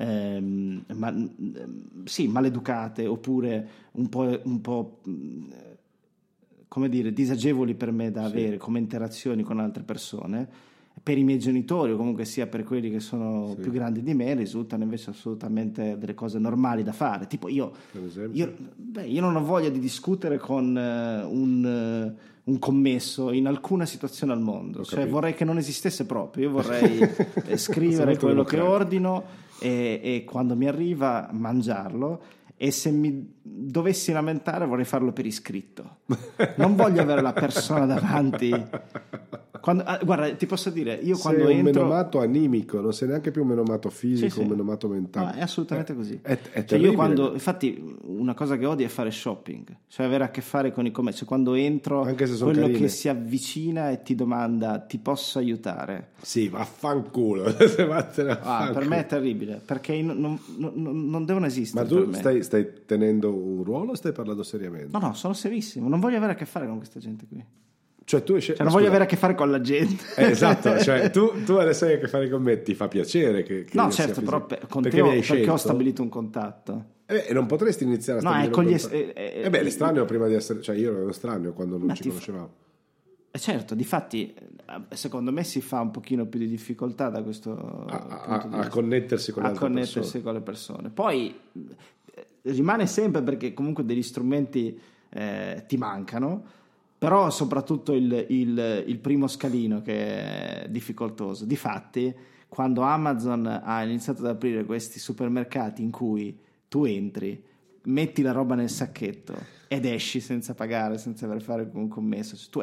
maleducate oppure un po' come dire disagevoli per me da avere come interazioni con altre persone, per i miei genitori o comunque sia per quelli che sono più grandi di me, risultano invece assolutamente delle cose normali da fare. Tipo io non ho voglia di discutere con un commesso in alcuna situazione al mondo, cioè vorrei che non esistesse proprio, io vorrei scrivere quello che ordino e quando mi arriva mangiarlo, e se mi dovessi lamentare vorrei farlo per iscritto, non voglio avere la persona davanti. Guarda, ti posso dire, io quando sei un menomato animico, non sei neanche più un menomato fisico, un menomato mentale. No, è assolutamente così. Cioè io infatti una cosa che odio è fare shopping, cioè avere a che fare con i commerci. Quando entro, anche se quello carine, che si avvicina e ti domanda ti posso aiutare? Sì, vaffanculo. Per me è terribile, perché non devono esistere. Ma tu stai tenendo un ruolo o stai parlando seriamente? No, sono serissimo, non voglio avere a che fare con questa gente qui. Cioè, tu non voglio avere a che fare con la gente. Esatto, cioè tu adesso hai a che fare con me, ti fa piacere che no, io certo, sia però con te perché perché ho stabilito un contatto. E non potresti iniziare a stabilire con un gli contatto? L'estraneo prima di essere... Cioè io ero estraneo quando non ci conoscevamo. Certo, difatti secondo me si fa un pochino più di difficoltà da questo punto di vista. A connettersi con le persone. Poi rimane sempre, perché comunque degli strumenti ti mancano, però soprattutto il primo scalino che è difficoltoso. Difatti, quando Amazon ha iniziato ad aprire questi supermercati in cui tu entri, metti la roba nel sacchetto ed esci senza pagare, senza aver fare un commesso, cioè, tu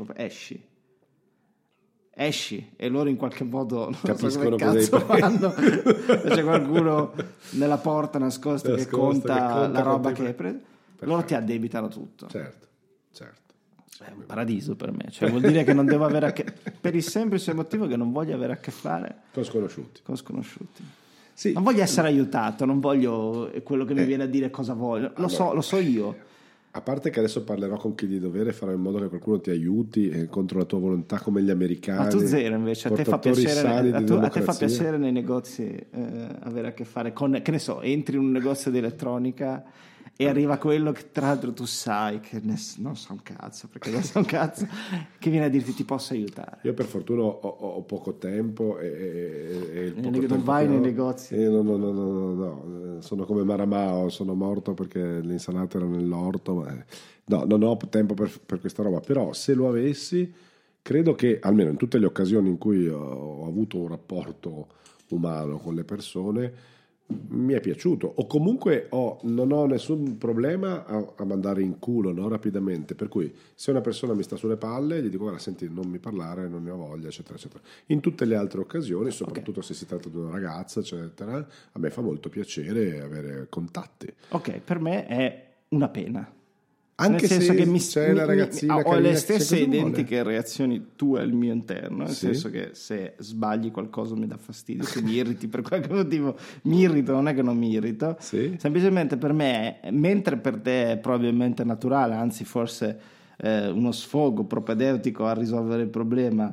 esci e loro in qualche modo non capiscono so come cazzo fanno. C'è qualcuno nella porta nascosto che conta la roba che hai preso. Loro ti addebitano tutto. Certo. È un paradiso per me, cioè vuol dire che non devo avere per il semplice motivo che non voglio avere a che fare con sconosciuti. Sì. Non voglio essere aiutato, non voglio quello che mi viene a dire cosa voglio, lo so io. A parte che adesso parlerò con chi di dovere, farò in modo che qualcuno ti aiuti contro la tua volontà, come gli americani. Ma tu zero invece, a te fa piacere nei negozi avere a che fare con, che ne so, entri in un negozio di elettronica e arriva quello che tra l'altro tu sai che non sa un cazzo, perché non sa un cazzo, che viene a dirti ti posso aiutare. Io per fortuna ho poco tempo e il poco tempo non vai nei negozi. No, sono come Maramao, sono morto perché l'insalata era nell'orto, ma no, non ho tempo per questa roba, però se lo avessi, credo che almeno in tutte le occasioni in cui ho avuto un rapporto umano con le persone mi è piaciuto, o comunque non ho nessun problema a mandare in culo, no, rapidamente, per cui se una persona mi sta sulle palle gli dico guarda senti non mi parlare, non ne ho voglia, eccetera eccetera. In tutte le altre occasioni, soprattutto se si tratta di una ragazza eccetera, a me fa molto piacere avere contatti. Ok, per me è una pena. Anche nel senso se che c'è la ragazzina ho le stesse identiche reazioni tue al mio interno, nel sì. senso che se sbagli qualcosa mi dà fastidio, se mi irriti per qualche motivo mi irrito, non è che non mi irrito, sì. Semplicemente per me, mentre per te è probabilmente naturale, anzi forse uno sfogo propedeutico a risolvere il problema,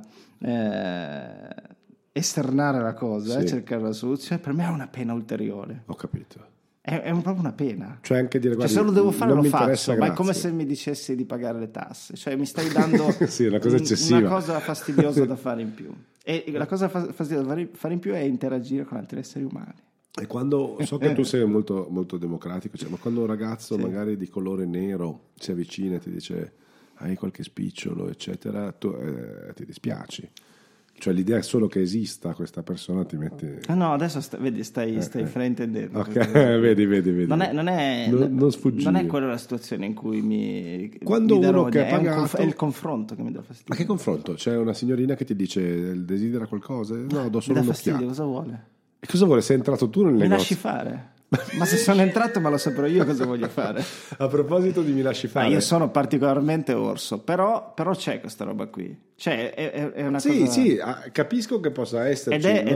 esternare la cosa, sì. cercare la soluzione, per me è una pena ulteriore. Ho capito. È proprio una pena. Cioè anche dire guarda, se lo devo fare lo faccio, grazie. ma è come se mi dicessi di pagare le tasse, cioè mi stai dando sì, una cosa eccessiva, una cosa fastidiosa da fare in più, e la cosa fastidiosa da fare in più è interagire con altri esseri umani. E quando so che tu sei molto, molto democratico, cioè, ma quando un ragazzo sì. magari di colore nero si avvicina e ti dice hai qualche spicciolo eccetera, tu ti dispiaci. Cioè l'idea è solo che esista questa persona ti metti... No, adesso stai fraintendendo. Ok, vedi. Non sfuggire. Non è quella la situazione in cui quando mi uno che ha pagato... È il confronto che mi dà fastidio. Ma che confronto? C'è una signorina che ti dice desidera qualcosa? No, do solo mi dà fastidio, un'occhiata. cosa vuole? E cosa vuole? Sei entrato tu nel negozio? Mi lasci fare. Ma se sono entrato, ma lo saprò io cosa voglio fare. A proposito di mi lasci fare, io sono particolarmente orso, però c'è questa roba qui. Cioè, è una cosa. Sì, capisco che possa esserci. Ed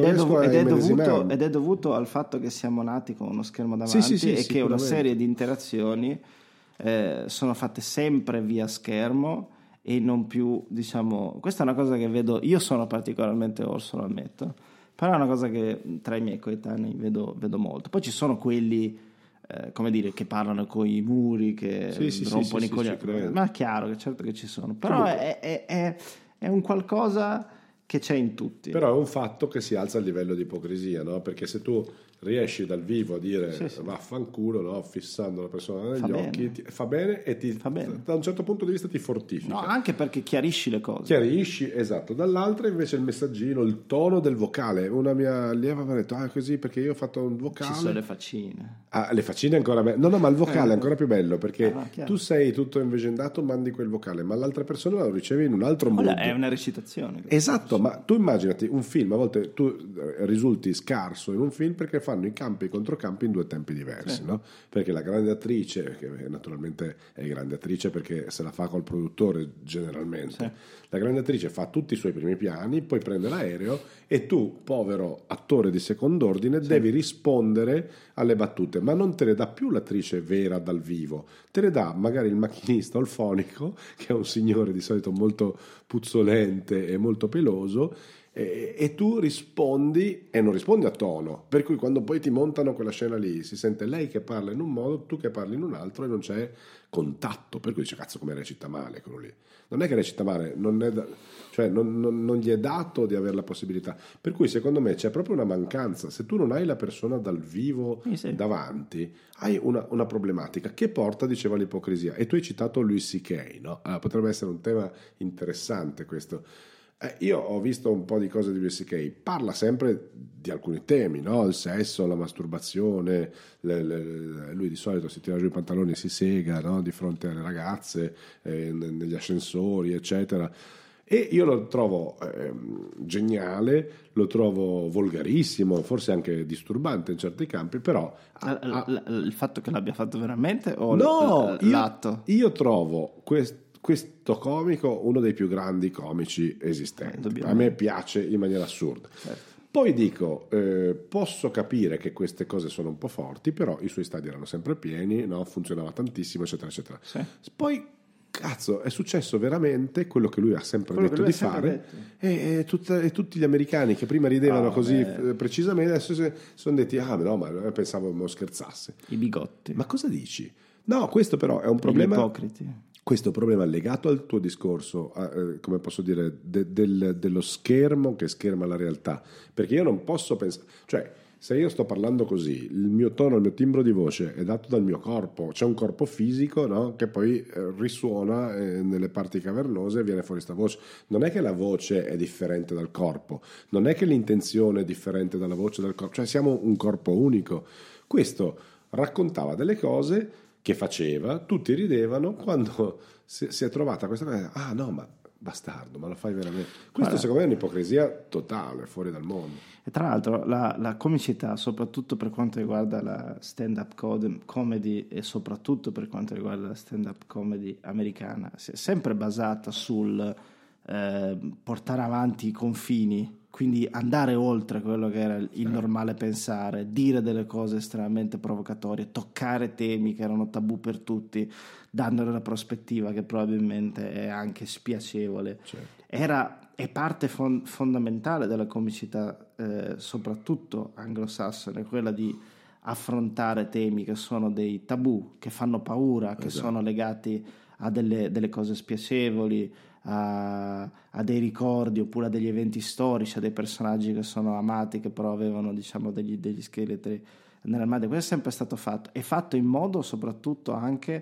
è dovuto al fatto che siamo nati con uno schermo davanti e che una serie di interazioni sono fatte sempre via schermo e non più, diciamo. Questa è una cosa che vedo. Io sono particolarmente orso, lo ammetto. Però è una cosa che tra i miei coetanei vedo molto. Poi ci sono quelli, come dire, che parlano con i muri, che rompono i coglioni. Ma è chiaro che certo che ci sono. Però è un qualcosa che c'è in tutti. Però è un fatto che si alza il livello di ipocrisia, no? Perché se tu riesci dal vivo a dire vaffanculo, no? Fissando la persona negli occhi, fa bene e da un certo punto di vista ti fortifica. No, anche perché chiarisci le cose. Chiarisci, esatto. Dall'altra invece il messaggino, il tono del vocale. Una mia allieva mi ha detto così perché io ho fatto un vocale. Ci sono le faccine. Le faccine ancora meglio. No, ma il vocale è ancora più bello perché tu sei tutto invegendato, mandi quel vocale, ma l'altra persona lo riceve in un altro modo. È una recitazione. Esatto, ma tu immaginati un film, a volte tu risulti scarso in un film perché fanno fanno i campi e i controcampi in due tempi diversi, no? Perché la grande attrice, che naturalmente è grande attrice perché se la fa col produttore generalmente, la grande attrice fa tutti i suoi primi piani, poi prende l'aereo e tu, povero attore di secondo ordine, devi rispondere alle battute, ma non te le dà più l'attrice vera dal vivo, te le dà magari il macchinista o il fonico, che è un signore di solito molto puzzolente e molto peloso, e tu rispondi e non rispondi a tono, per cui quando poi ti montano quella scena lì si sente lei che parla in un modo, tu che parli in un altro e non c'è contatto, per cui dice cazzo come recita male quello lì. Non è che recita male, non gli è dato di avere la possibilità, per cui secondo me c'è proprio una mancanza. Se tu non hai la persona dal vivo davanti, hai una problematica che porta, diceva, all'ipocrisia. E tu hai citato Louis C.K., no? Allora, potrebbe essere un tema interessante questo. Io ho visto un po' di cose di Louis C.K., parla sempre di alcuni temi, no? Il sesso, la masturbazione, lui di solito si tira giù i pantaloni e si sega, no? Di fronte alle ragazze, negli ascensori, eccetera. E io lo trovo geniale, lo trovo volgarissimo, forse anche disturbante in certi campi, però il fatto che l'abbia fatto veramente o l'atto? Io trovo questo comico uno dei più grandi comici esistenti. A me piace in maniera assurda. Certo. Poi dico, posso capire che queste cose sono un po' forti, però i suoi stadi erano sempre pieni, no? Funzionava tantissimo, eccetera, eccetera. Sì. Poi, cazzo, è successo veramente quello che lui ha sempre detto di fare, e tutti gli americani che prima ridevano precisamente, adesso sono detti, no, ma pensavo scherzasse. I bigotti. Ma cosa dici? No, questo però è un problema... Gli ipocriti. Questo è un problema legato al tuo discorso, come posso dire, dello schermo che scherma la realtà. Perché io non posso pensare... Cioè, se io sto parlando così, il mio tono, il mio timbro di voce è dato dal mio corpo. C'è un corpo fisico, no? Che poi risuona nelle parti cavernose e viene fuori sta voce. Non è che la voce è differente dal corpo. Non è che l'intenzione è differente dalla voce dal corpo. Cioè, siamo un corpo unico. Questo raccontava delle cose... che faceva, tutti ridevano, quando si è trovata questa cosa, no, ma bastardo, ma lo fai veramente? Questo secondo me è un'ipocrisia totale, fuori dal mondo. E tra l'altro la comicità, soprattutto per quanto riguarda la stand-up comedy e soprattutto per quanto riguarda la stand-up comedy americana, si è sempre basata sul portare avanti i confini, quindi andare oltre quello che era il normale pensare, dire delle cose estremamente provocatorie, toccare temi che erano tabù per tutti, dandone una prospettiva che probabilmente è anche spiacevole. Certo. È parte fondamentale della comicità, soprattutto anglosassone, quella di affrontare temi che sono dei tabù, che fanno paura, che sono legati a delle cose spiacevoli, a dei ricordi oppure a degli eventi storici, a dei personaggi che sono amati, che però avevano, diciamo, degli scheletri nella madre. Questo è sempre stato fatto, e fatto in modo soprattutto anche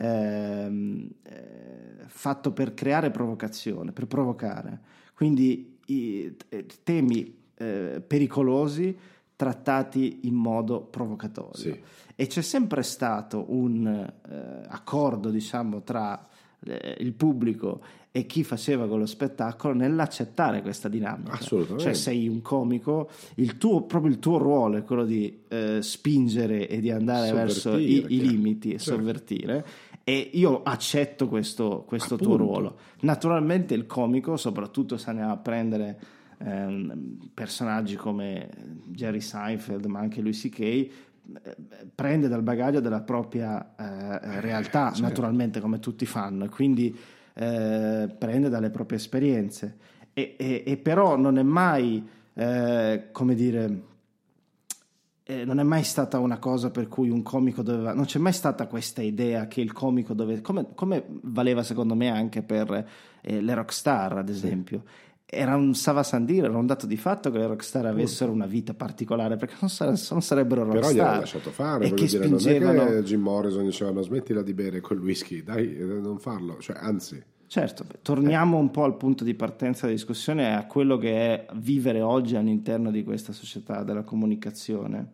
fatto per creare provocazione, per provocare, quindi temi pericolosi trattati in modo provocatorio. Sì. E c'è sempre stato un accordo, diciamo, tra il pubblico e chi faceva quello spettacolo nell'accettare questa dinamica. Assolutamente. Cioè, sei un comico, proprio il tuo ruolo è quello di spingere e di andare verso i limiti e sovvertire, e io accetto questo tuo ruolo. Naturalmente il comico, soprattutto se andiamo a prendere personaggi come Jerry Seinfeld, ma anche Louis C.K., prende dal bagaglio della propria realtà, certo, naturalmente, come tutti fanno, e quindi prende dalle proprie esperienze, e però non è mai come dire, non è mai stata una cosa per cui un comico doveva, non c'è mai stata questa idea che il comico doveva, come valeva secondo me anche per le rockstar, ad esempio. Era un savasandire, era un dato di fatto che le rockstar avessero una vita particolare, perché non sarebbero rockstar. Però gliel'hanno lasciato fare, voglio dire, spingevano... non è che Jim Morrison diceva smettila di bere quel whisky, dai, non farlo, cioè, anzi. Certo, torniamo un po' al punto di partenza della discussione, a quello che è vivere oggi all'interno di questa società della comunicazione.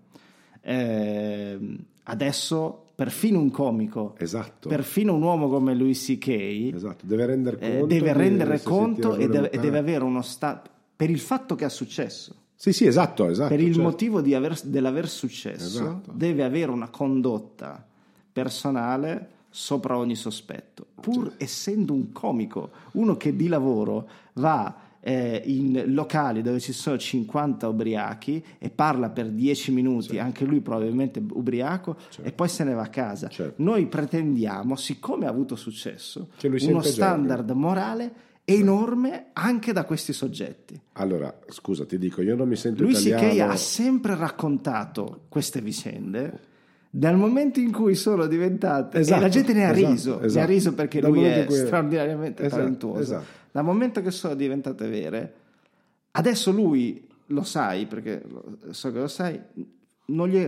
Adesso perfino un comico, esatto, perfino un uomo come Louis C.K., esatto, deve rendere conto, e deve avere uno stato, per il fatto che ha successo. Sì, esatto. Per il certo. motivo dell'aver successo, Esatto. deve avere una condotta personale sopra ogni sospetto, pur essendo un comico, uno che di lavoro va in locali dove ci sono 50 ubriachi e parla per 10 minuti, anche lui probabilmente ubriaco, e poi se ne va a casa. Noi pretendiamo, siccome ha avuto successo, Che lui uno sente standard morale enorme anche da questi soggetti. Allora, scusa, ti dico, io non mi sento Louis italiano. C.K. ha sempre raccontato queste vicende dal momento in cui sono diventate, e la gente ne ha riso, ne ha riso perché Dal lui momento è in cui- straordinariamente talentuoso. esatto. Dal momento che sono diventate vere, adesso lui lo sai, perché so che lo sai, non gli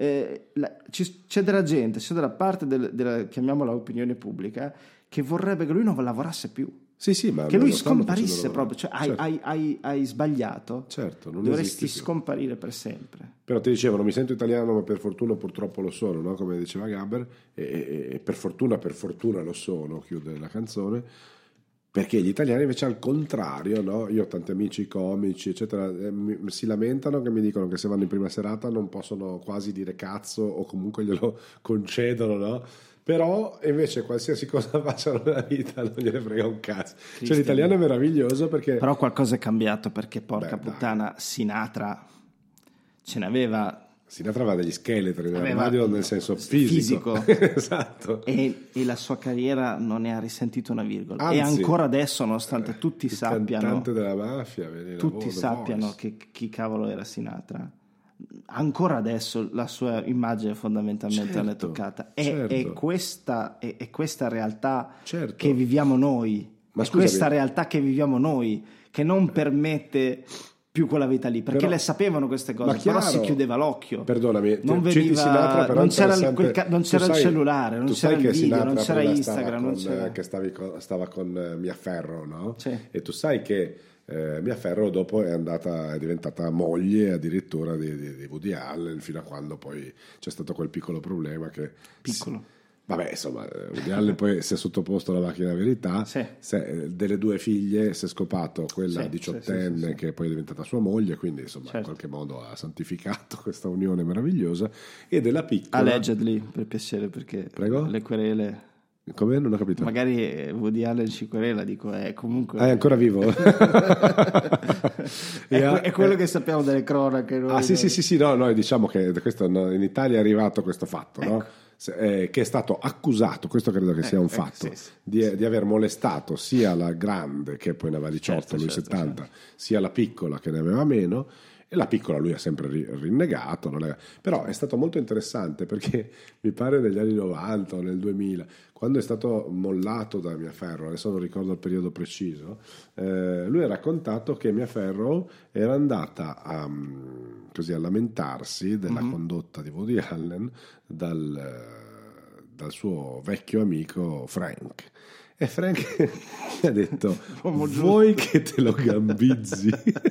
c'è della gente, c'è della parte della chiamiamola opinione pubblica, che vorrebbe che lui non lavorasse più. Sì, ma Che lui lo stanno scomparisse facendo proprio, cioè lavorare. hai sbagliato, Certo, non dovresti esisti più. scomparire per sempre. Però ti dicevo, non mi sento italiano, ma per fortuna purtroppo lo sono, no? Come diceva Gabber, e per fortuna lo sono, chiude la canzone, perché gli italiani invece al contrario, no? Io ho tanti amici comici, eccetera, si lamentano, che mi dicono che se vanno in prima serata non possono quasi dire cazzo o comunque glielo concedono, no? Però invece qualsiasi cosa facciano nella vita non gliene frega un cazzo. Cioè l'italiano è meraviglioso perché... Però qualcosa è cambiato, perché porca Beh, puttana, Sinatra ce n'aveva Sinatra aveva degli scheletri Aveva- nell'armadio nel senso fisico. Esatto. e la sua carriera non ne ha risentito una virgola. Anzi, e ancora adesso, nonostante tutti il sappiano, cantante della mafia, vedi, tutti The sappiano Voice. che chi cavolo era Sinatra, ancora adesso la sua immagine fondamentalmente non è toccata. certo. È questa realtà Certo. che viviamo noi, Ma è scusami. questa realtà che viviamo noi che non permette più quella vita lì, perché Però- le sapevano queste cose, Ma chiaro. però si chiudeva l'occhio. Perdonami, non citi veniva, Sinatra, però non c'era, interessante. non c'era Tu il sai- cellulare, non tu c'era sai il che video, Sinatra non c'era prima Instagram, non stava c'era... che stava con Mia Farrow, no? Sì. E tu sai che Mia Farrow dopo è diventata moglie addirittura di Woody Allen, fino a quando poi c'è stato quel piccolo problema che... Piccolo. Vabbè, insomma, Woody Allen poi si è sottoposto alla macchina della verità. Sì. Delle due figlie si è scopato quella Sì, diciottenne sì. che poi è diventata sua moglie, quindi insomma Certo. in qualche modo ha santificato questa unione meravigliosa. E della piccola... Allegedly, per piacere, perché Prego? le querele... Come? Non ho capito. Magari Woody Allen ci querela, dico, comunque... È ancora vivo? è quello che sappiamo delle cronache. Noi, Sì, no, diciamo che questo, no, in Italia è arrivato questo fatto, no? Che è stato accusato, questo credo che sia un fatto, sì. di aver molestato sia la grande, che poi ne aveva 18, Certo, lui certo, 70, sia la piccola che ne aveva meno. E la piccola lui ha sempre rinnegato, però è stato molto interessante perché mi pare negli anni 90 o nel 2000, quando è stato mollato da Mia Farrow, adesso non ricordo il periodo preciso, lui ha raccontato che Mia Farrow era andata a lamentarsi della condotta di Woody Allen dal suo vecchio amico Frank. E Frank gli ha detto: vuoi che te lo gambizzi?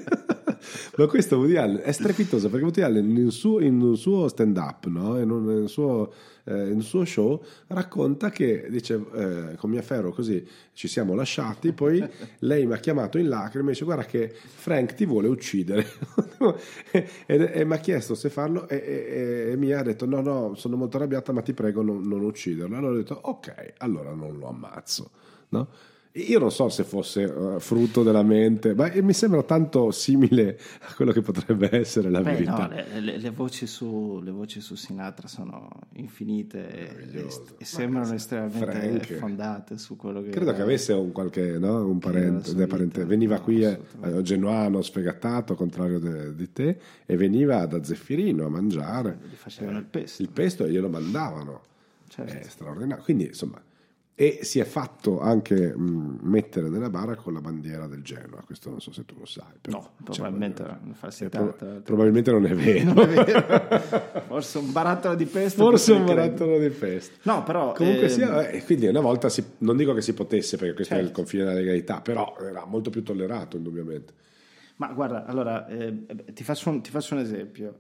Ma questo Woody Allen è strepitoso, perché Woody Allen in un suo stand up, no? in un suo show racconta che dice con Mia Farrow così ci siamo lasciati, poi lei mi ha chiamato in lacrime e dice: guarda che Frank ti vuole uccidere. e mi ha chiesto se farlo e mi ha detto no, sono molto arrabbiata, ma ti prego non ucciderlo. Allora ho detto ok, allora non lo ammazzo, no? Io non so se fosse frutto della mente, ma mi sembra tanto simile a quello che potrebbe essere la verità. No, le voci su Sinatra sono infinite e sembrano estremamente Frank, fondate su quello che credo che avesse un parente, veniva qui a genuano, sfegatato, contrario di te, e veniva da Zeffirino a mangiare. gli facevano il pesto. Il pesto glielo mandavano. Certo. È straordinario. Quindi insomma, e si è fatto anche mettere nella bara con la bandiera del Genoa. Questo non so se tu lo sai, però, No, probabilmente è una falsità. probabilmente non è vero. Non è vero. Forse un barattolo di pesto. Forse un potrei barattolo di pesto. No, però Comunque sia, quindi una volta non dico che si potesse, perché questo è il Certo. confine della legalità, però era molto più tollerato indubbiamente. Ma guarda, allora ti faccio un esempio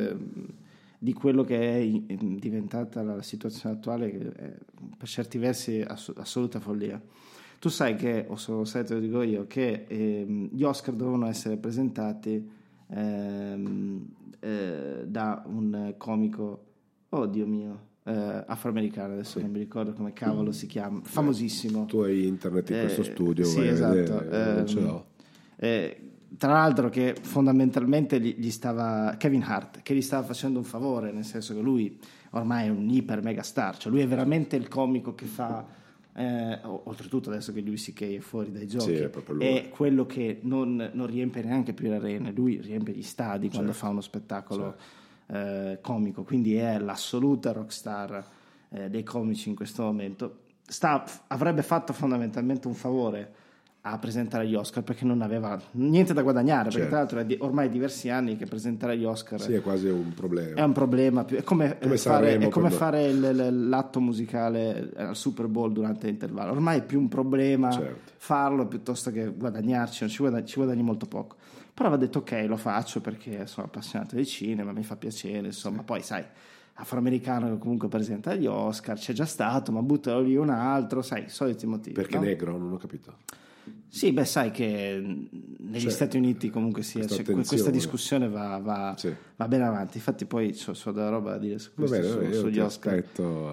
di quello che è diventata la situazione attuale, che è per certi versi assoluta follia. Tu sai che, o se lo sai te lo dico io, che gli Oscar dovevano essere presentati da un comico, oh Dio mio, afroamericano, adesso non mi ricordo come cavolo si chiama, famosissimo. Tu hai internet in questo studio, sì, vai a esatto. vedere, non ce l'ho. Tra l'altro che fondamentalmente gli stava Kevin Hart, che gli stava facendo un favore, nel senso che lui ormai è un iper mega star, cioè lui è veramente il comico che fa, oltretutto adesso che Louis C.K. è fuori dai giochi, Sì, è quello che non riempie neanche più le arene, lui riempie gli stadi quando fa uno spettacolo comico, quindi è l'assoluta rockstar dei comici in questo momento. Avrebbe fatto fondamentalmente un favore a presentare gli Oscar, perché non aveva niente da guadagnare, perché tra l'altro è ormai diversi anni che presentare gli Oscar sì, è quasi un problema. È un problema più, è come fare l'atto musicale al Super Bowl durante l'intervallo, ormai è più un problema farlo piuttosto che guadagnarci, ci guadagni molto poco. Però aveva detto ok, lo faccio perché sono appassionato di cinema, mi fa piacere, insomma. Poi sai, afroamericano che comunque presenta gli Oscar, c'è già stato, ma buttalo lì un altro, sai, i soliti motivi. Perché no? negro, non ho capito. Sì, beh, sai che negli Stati Uniti comunque questa discussione va bene avanti. Infatti poi c'ho della roba da dire su questo, sugli Oscar.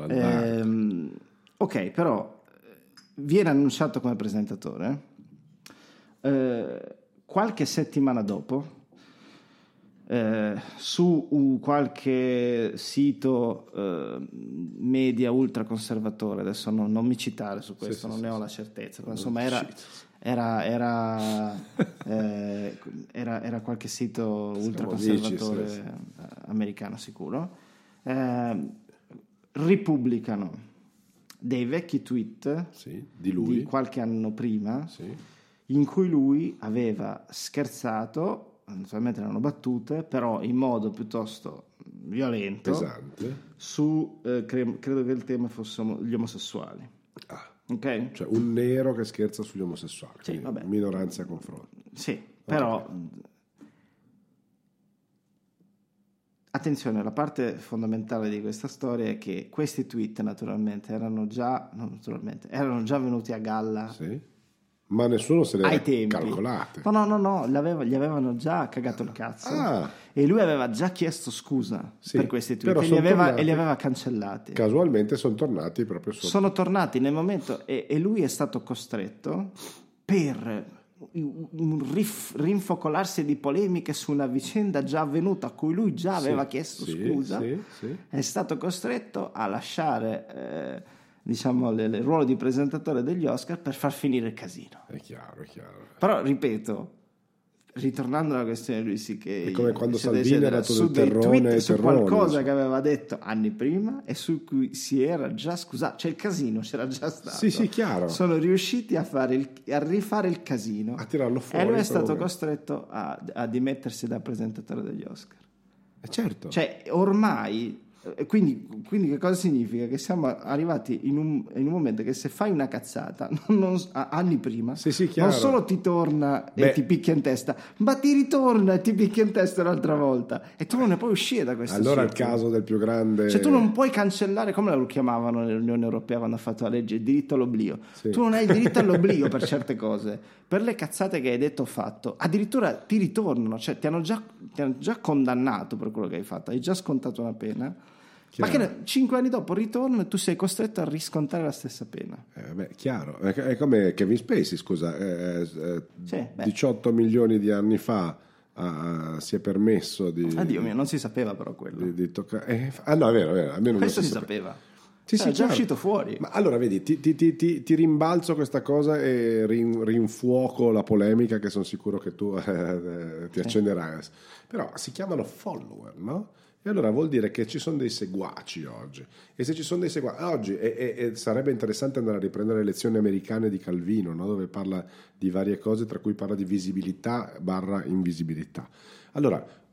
Ok, però viene annunciato come presentatore. Qualche settimana dopo, su qualche sito media ultraconservatore, adesso non mi citare su questo, non ne ho la certezza, però insomma era qualche sito ultraconservatore americano sicuro, ripubblicano dei vecchi tweet di lui di qualche anno prima in cui lui aveva scherzato, naturalmente erano battute, però in modo piuttosto violento, pesante, su credo che il tema fosse gli omosessuali. Okay? Cioè un nero che scherza sugli omosessuali, minoranza a confronto. Sì, però attenzione, la parte fondamentale di questa storia è che questi tweet naturalmente erano già venuti a galla. Sì. Ma nessuno se ne era calcolate. No, gli avevano già cagato il cazzo. E lui aveva già chiesto scusa per questi tweet e li aveva cancellati. Casualmente sono tornati proprio sotto. Sono tornati nel momento e lui è stato costretto, per rinfocolarsi di polemiche su una vicenda già avvenuta a cui lui già aveva chiesto scusa, è stato costretto a lasciare il ruolo di presentatore degli Oscar per far finire il casino. È chiaro. Però ripeto, ritornando alla questione di Louis C.K., è come quando Salvini era tutto il terrone su qualcosa che aveva detto anni prima e su cui si era già scusato, cioè il casino c'era già stato. Sì, chiaro. Sono riusciti a rifare il casino, a tirarlo fuori, e lui è stato costretto a dimettersi da presentatore degli Oscar. Certo. Cioè ormai quindi che cosa significa? Che siamo arrivati in un momento che se fai una cazzata anni prima, non solo ti torna e ti picchia in testa, ma ti ritorna e ti picchia in testa un'altra volta e tu non ne puoi uscire da questo allora circolo. Il caso del più grande, cioè tu non puoi cancellare, come lo chiamavano nell'Unione Europea quando ha fatto la legge, il diritto all'oblio. Tu non hai il diritto all'oblio per certe cose, per le cazzate che hai detto o fatto, addirittura ti ritornano, cioè ti hanno già condannato per quello che hai fatto, hai già scontato una pena. Chiaro. Ma che 5 anni dopo ritorno e tu sei costretto a riscontare la stessa pena. Chiaro, è come Kevin Spacey, scusa, 18 milioni di anni fa si è permesso di... Dio mio, non si sapeva però quello. Di toccare... no, è vero, almeno questo si sapeva. Sì, è già uscito fuori. Ma allora vedi, ti rimbalzo questa cosa e rinfuoco la polemica che sono sicuro che tu ti accenderai. Però si chiamano follower, no? E allora vuol dire che ci sono dei seguaci oggi, e se ci sono dei seguaci oggi sarebbe interessante andare a riprendere le lezioni americane di Calvino, no? Dove parla di varie cose, tra cui parla di visibilità / invisibilità. Allora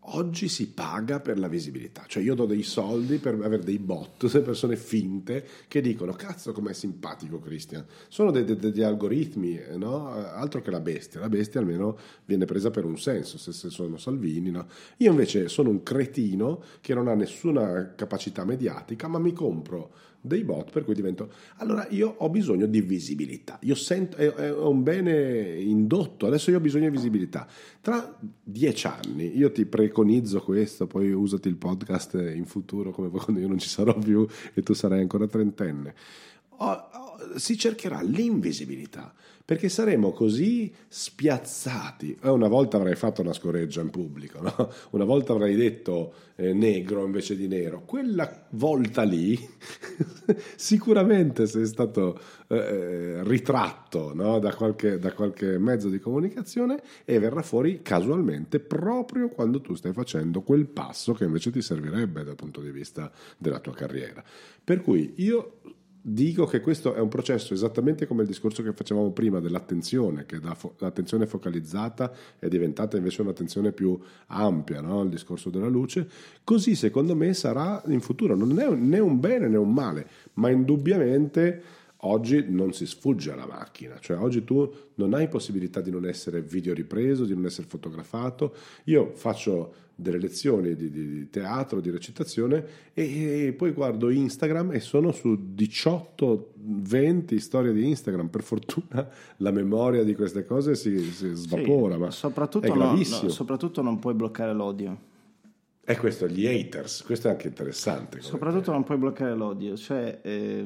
Oggi si paga per la visibilità, cioè io do dei soldi per avere dei bot, delle persone finte che dicono cazzo com'è simpatico Christian, sono degli algoritmi, no? Altro che la bestia almeno viene presa per un senso, se sono Salvini, no? Io invece sono un cretino che non ha nessuna capacità mediatica, ma mi compro dei bot per cui divento... Allora io ho bisogno di visibilità, io sento, è un bene indotto, adesso io ho bisogno di visibilità. Tra 10 anni, io ti preconizzo questo, poi usati il podcast in futuro come quando io non ci sarò più e tu sarai ancora trentenne, si cercherà l'invisibilità, perché saremo così spiazzati. Una volta avrei fatto una scoreggia in pubblico, no? Una volta avrei detto negro invece di nero. Quella volta lì sicuramente sei stato ritratto, no? da qualche mezzo di comunicazione, e verrà fuori casualmente proprio quando tu stai facendo quel passo che invece ti servirebbe dal punto di vista della tua carriera. Per cui io dico che questo è un processo esattamente come il discorso che facevamo prima dell'attenzione, che l'attenzione focalizzata è diventata invece un'attenzione più ampia, no? Il discorso della luce. Così secondo me sarà in futuro, non è né un bene né un male, ma indubbiamente oggi non si sfugge alla macchina, cioè oggi tu non hai possibilità di non essere videoripreso, di non essere fotografato. Io faccio delle lezioni di teatro, di recitazione, e poi guardo Instagram e sono su 18-20 storie di Instagram. Per fortuna la memoria di queste cose si svapora, sì, ma soprattutto è gravissimo. Soprattutto non puoi bloccare l'odio. E questo, gli haters, questo è anche interessante. Soprattutto non puoi bloccare l'odio, cioè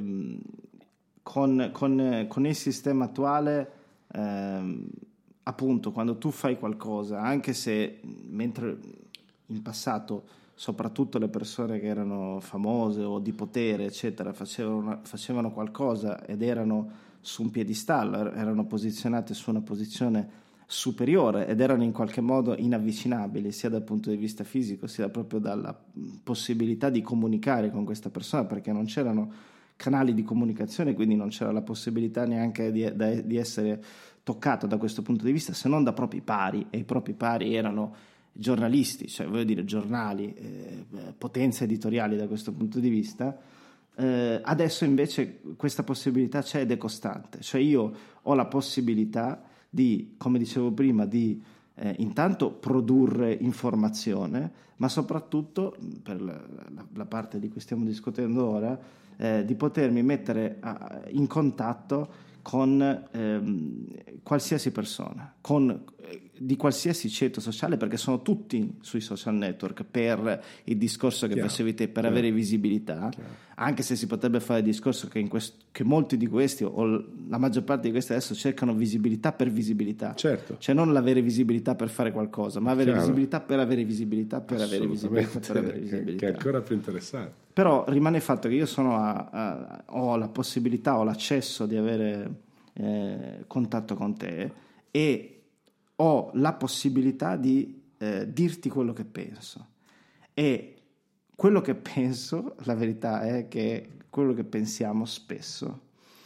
con il sistema attuale, appunto, quando tu fai qualcosa, anche se mentre in passato soprattutto le persone che erano famose o di potere eccetera facevano qualcosa ed erano su un piedistallo, erano posizionate su una posizione superiore ed erano in qualche modo inavvicinabili sia dal punto di vista fisico sia proprio dalla possibilità di comunicare con questa persona, perché non c'erano canali di comunicazione, quindi non c'era la possibilità neanche di essere toccato da questo punto di vista, se non da propri pari, e i propri pari erano giornalisti, cioè voglio dire giornali, potenze editoriali da questo punto di vista. Adesso invece questa possibilità c'è ed è costante, cioè io ho la possibilità di, come dicevo prima, di intanto produrre informazione, ma soprattutto per la parte di cui stiamo discutendo ora, di potermi mettere in contatto con qualsiasi persona, di qualsiasi ceto sociale, perché sono tutti sui social network per il discorso che facevi te, per avere visibilità. Anche se si potrebbe fare il discorso che molti di questi o la maggior parte di questi adesso cercano visibilità per visibilità, certo. Cioè non l'avere visibilità per fare qualcosa, ma avere visibilità per avere visibilità per avere visibilità per avere visibilità, che è ancora più interessante. Però rimane il fatto che io ho la possibilità, ho l'accesso di avere contatto con te e ho la possibilità di dirti quello che penso, e quello che penso, la verità è che quello che pensiamo spesso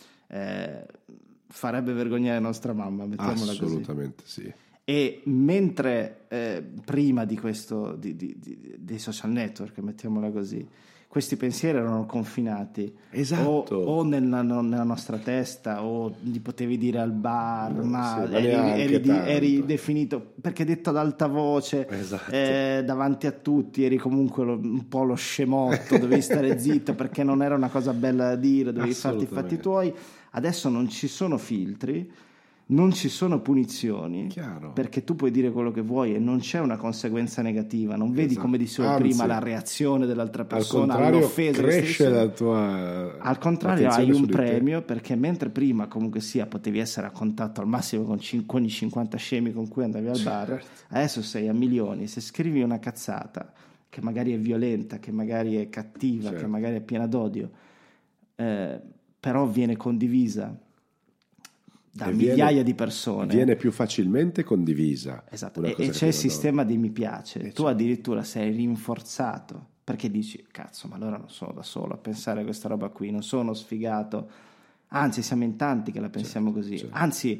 farebbe vergognare nostra mamma, mettiamola assolutamente così. Sì. E mentre prima di questo dei social network, mettiamola così, questi pensieri erano confinati, esatto, o nella nostra testa, o li potevi dire al bar, ma sì, eri definito, perché detto ad alta voce, esatto, davanti a tutti eri comunque un po' lo scemotto, dovevi stare zitto perché non era una cosa bella da dire, dovevi farti i fatti tuoi. Adesso non ci sono filtri, non ci sono punizioni, chiaro, perché tu puoi dire quello che vuoi e non c'è una conseguenza negativa, non vedi, come dicevo prima, la reazione dell'altra persona all'offesa, cresce la tua, al contrario hai un premio, perché mentre prima comunque sia potevi essere a contatto al massimo con i 50 scemi con cui andavi al bar, adesso sei a milioni. Se scrivi una cazzata che magari è violenta, che magari è cattiva, che magari è piena d'odio, però viene condivisa da migliaia di persone, viene più facilmente condivisa. Esatto. E c'è il sistema di mi piace, tu addirittura sei rinforzato perché dici cazzo, ma allora non sono da solo a pensare a questa roba qui, non sono sfigato, anzi siamo in tanti che la pensiamo così. Anzi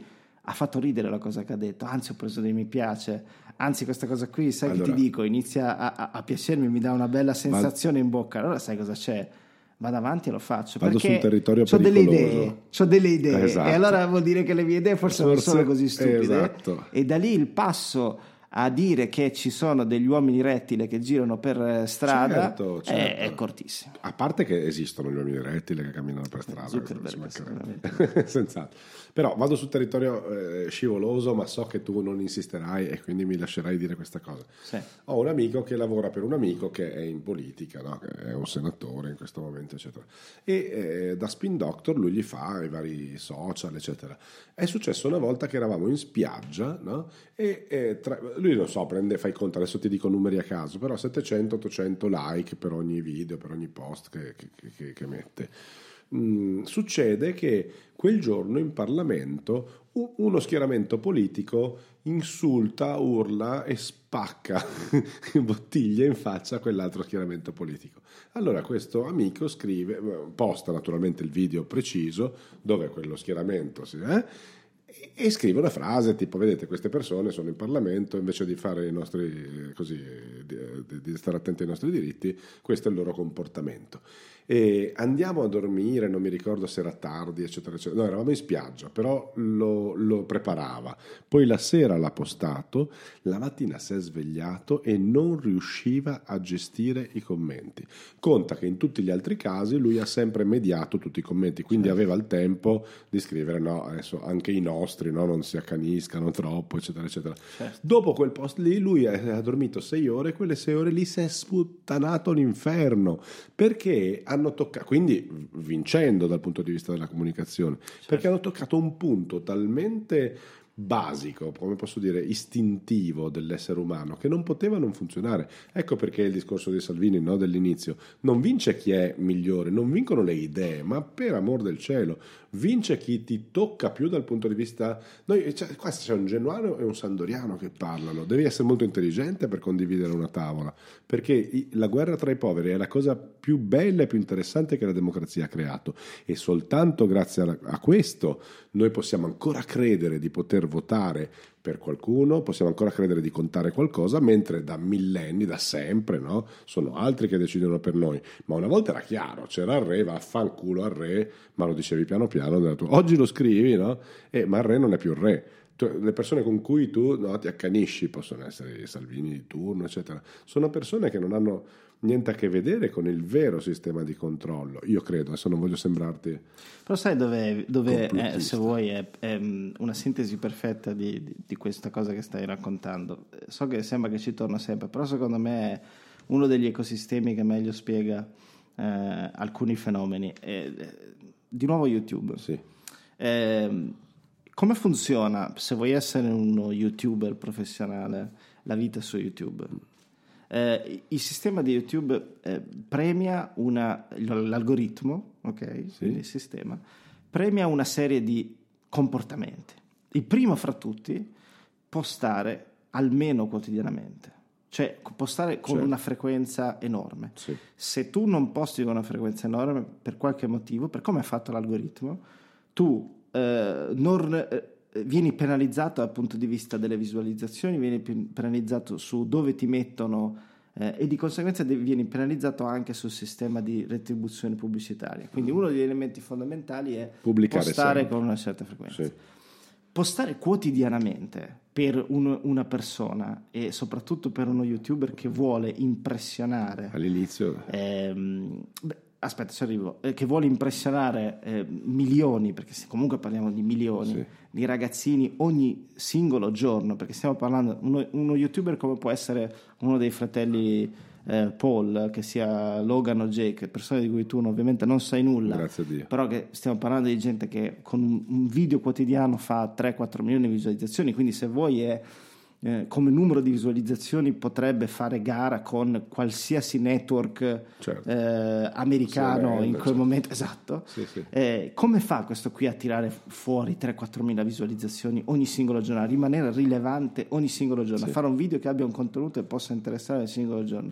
ha fatto ridere la cosa che ha detto, anzi ho preso dei mi piace, anzi questa cosa qui, sai allora, che ti dico, inizia a piacermi, mi dà una bella sensazione in bocca, allora sai cosa c'è? Vado avanti e lo faccio, vado perché sul territorio ho delle idee esatto. E allora vuol dire che le mie idee forse non sono così stupide, esatto. E da lì il passo a dire che ci sono degli uomini rettili che girano per strada certo. È cortissimo. A parte che esistono gli uomini rettili che camminano per strada, Zuckerberg, senz'altro. Però vado sul territorio scivoloso, ma so che tu non insisterai e quindi mi lascerai dire questa cosa. Sì. Ho un amico che lavora per un amico che è in politica, no? Che è un senatore in questo momento, eccetera. E da spin doctor lui gli fa i vari social, eccetera. È successo una volta che eravamo in spiaggia, no? E lui non so, fa i conti, adesso ti dico numeri a caso, però 700-800 like per ogni video, per ogni post che mette. Succede che quel giorno in Parlamento uno schieramento politico insulta, urla e spacca bottiglie in faccia a quell'altro schieramento politico. Allora questo amico posta naturalmente il video preciso dove quello schieramento e scrive una frase tipo: vedete, queste persone sono in Parlamento, invece di fare i nostri così di stare attenti ai nostri diritti, questo è il loro comportamento. E andiamo a dormire, non mi ricordo se era tardi, eccetera, eccetera. No, eravamo in spiaggia, però lo preparava. Poi la sera l'ha postato, la mattina si è svegliato e non riusciva a gestire i commenti. Conta che in tutti gli altri casi lui ha sempre mediato tutti i commenti, quindi aveva il tempo di scrivere: no, adesso anche i nostri, no, non si accaniscano troppo, eccetera, eccetera. Certo. Dopo quel post lì lui ha dormito 6 ore, quelle 6 ore lì si è sputtanato l'inferno, perché hanno toccato, quindi vincendo dal punto di vista della comunicazione, certo, perché hanno toccato un punto talmente basico, come posso dire, istintivo dell'essere umano, che non poteva non funzionare. Ecco perché il discorso di Salvini, no, dell'inizio: non vince chi è migliore, non vincono le idee, ma per amor del cielo vince chi ti tocca più dal punto di vista. Qua c'è un genuano e un sandoriano che parlano, devi essere molto intelligente per condividere una tavola, perché la guerra tra i poveri è la cosa più bella e più interessante che la democrazia ha creato, e soltanto grazie a questo noi possiamo ancora credere di poter votare per qualcuno, possiamo ancora credere di contare qualcosa, mentre da millenni, da sempre, no, sono altri che decidono per noi. Ma una volta era chiaro, c'era il re, vaffanculo al re, ma lo dicevi piano piano. Oggi lo scrivi, no? Ma il re non è più il re. Le persone con cui tu ti accanisci possono essere i Salvini di turno, eccetera. Sono persone che non hanno niente a che vedere con il vero sistema di controllo, io credo. Adesso non voglio sembrarti, però sai dove se vuoi è una sintesi perfetta di questa cosa che stai raccontando. So che sembra che ci torno sempre, però secondo me è uno degli ecosistemi che meglio spiega alcuni fenomeni. Di nuovo YouTube. Sì. Come funziona, se vuoi essere uno YouTuber professionale, la vita su YouTube? Il sistema di YouTube premia l'algoritmo, ok? Sì. Quindi il sistema premia una serie di comportamenti. Il primo fra tutti: postare almeno quotidianamente, cioè postare con una frequenza enorme. Sì. Se tu non posti con una frequenza enorme per qualche motivo, per come è fatto l'algoritmo, tu vieni penalizzato dal punto di vista delle visualizzazioni, vieni penalizzato su dove ti mettono e di conseguenza vieni penalizzato anche sul sistema di retribuzione pubblicitaria. Quindi uno degli elementi fondamentali è pubblicare postare sempre con una certa frequenza. Sì. Postare quotidianamente per una persona, e soprattutto per uno YouTuber che vuole impressionare all'inizio aspetta, ci arrivo, che vuole impressionare milioni, perché comunque parliamo di milioni, sì, di ragazzini ogni singolo giorno, perché stiamo parlando uno YouTuber come può essere uno dei fratelli Paul, che sia Logan o Jake, persone di cui tu ovviamente non sai nulla, grazie a Dio, però che stiamo parlando di gente che con un video quotidiano fa 3-4 milioni di visualizzazioni, quindi se vuoi come numero di visualizzazioni potrebbe fare gara con qualsiasi network, certo, americano in quel momento, esatto. Sì, sì. Come fa questo qui a tirare fuori 3-4 mila visualizzazioni ogni singolo giorno, a rimanere rilevante ogni singolo giorno, sì, a fare un video che abbia un contenuto e possa interessare ogni singolo giorno?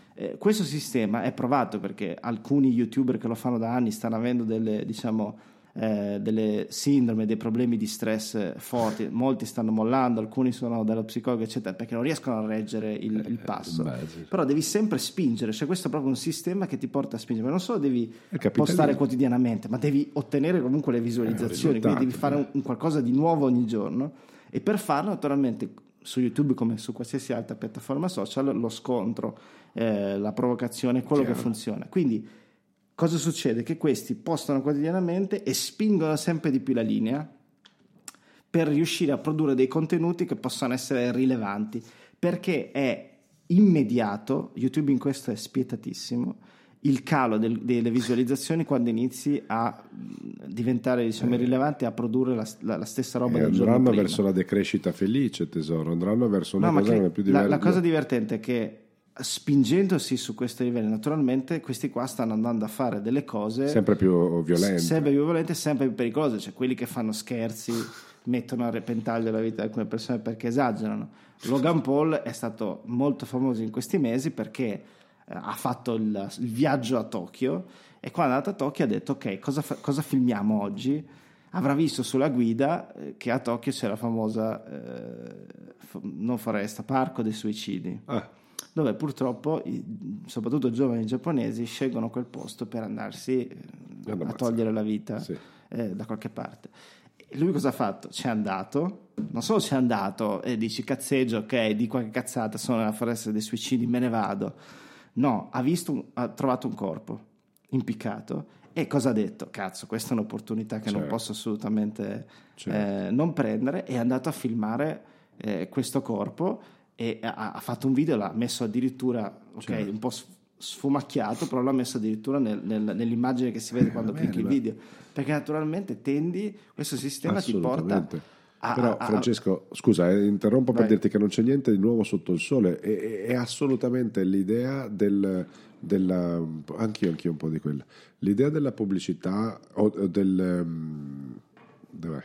Questo sistema è provato, perché alcuni YouTuber che lo fanno da anni stanno avendo delle, diciamo, delle sindrome, dei problemi di stress forti, molti stanno mollando, alcuni sono dallo psicologo eccetera perché non riescono a reggere il passo. Sì. Però devi sempre spingere, cioè questo è proprio un sistema che ti porta a spingere, ma non solo devi postare quotidianamente, ma devi ottenere comunque le visualizzazioni, quindi devi fare un qualcosa di nuovo ogni giorno, e per farlo naturalmente su YouTube come su qualsiasi altra piattaforma social lo scontro, la provocazione è quello che funziona. Quindi cosa succede? Che questi postano quotidianamente e spingono sempre di più la linea per riuscire a produrre dei contenuti che possano essere rilevanti, perché è immediato. YouTube in questo è spietatissimo, il calo delle visualizzazioni quando inizi a diventare irrilevante, a produrre la stessa roba del giorno prima. Andranno verso la decrescita felice, tesoro, andranno verso una cosa che è più diversa. La cosa divertente è che spingendosi su questo livello, naturalmente questi qua stanno andando a fare delle cose sempre più violente, sempre più pericolose, cioè quelli che fanno scherzi mettono a repentaglio la vita di alcune persone perché esagerano. Logan Paul è stato molto famoso in questi mesi perché ha fatto il viaggio a Tokyo, e quando è andato a Tokyo ha detto ok, cosa filmiamo oggi? Avrà visto sulla guida che a Tokyo c'è la famosa non foresta, parco dei suicidi, dove purtroppo soprattutto giovani giapponesi scelgono quel posto per andarsi a togliere la vita da qualche parte. E lui cosa ha fatto? C'è andato, non solo c'è andato e dici cazzeggio, ok, di qualche cazzata, sono nella foresta dei suicidi, me ne vado. No, ha trovato un corpo impiccato, e cosa ha detto? Cazzo, questa è un'opportunità che non posso assolutamente non prendere. È andato a filmare questo corpo e ha fatto un video, l'ha messo addirittura un po' sfumacchiato, però l'ha messo addirittura nell'immagine che si vede quando clicchi il video, perché naturalmente questo sistema ti porta però Francesco, scusa, interrompo per dirti che non c'è niente di nuovo sotto il sole, è assolutamente l'idea della anch'io un po' di quella, l'idea della pubblicità o del dov'è?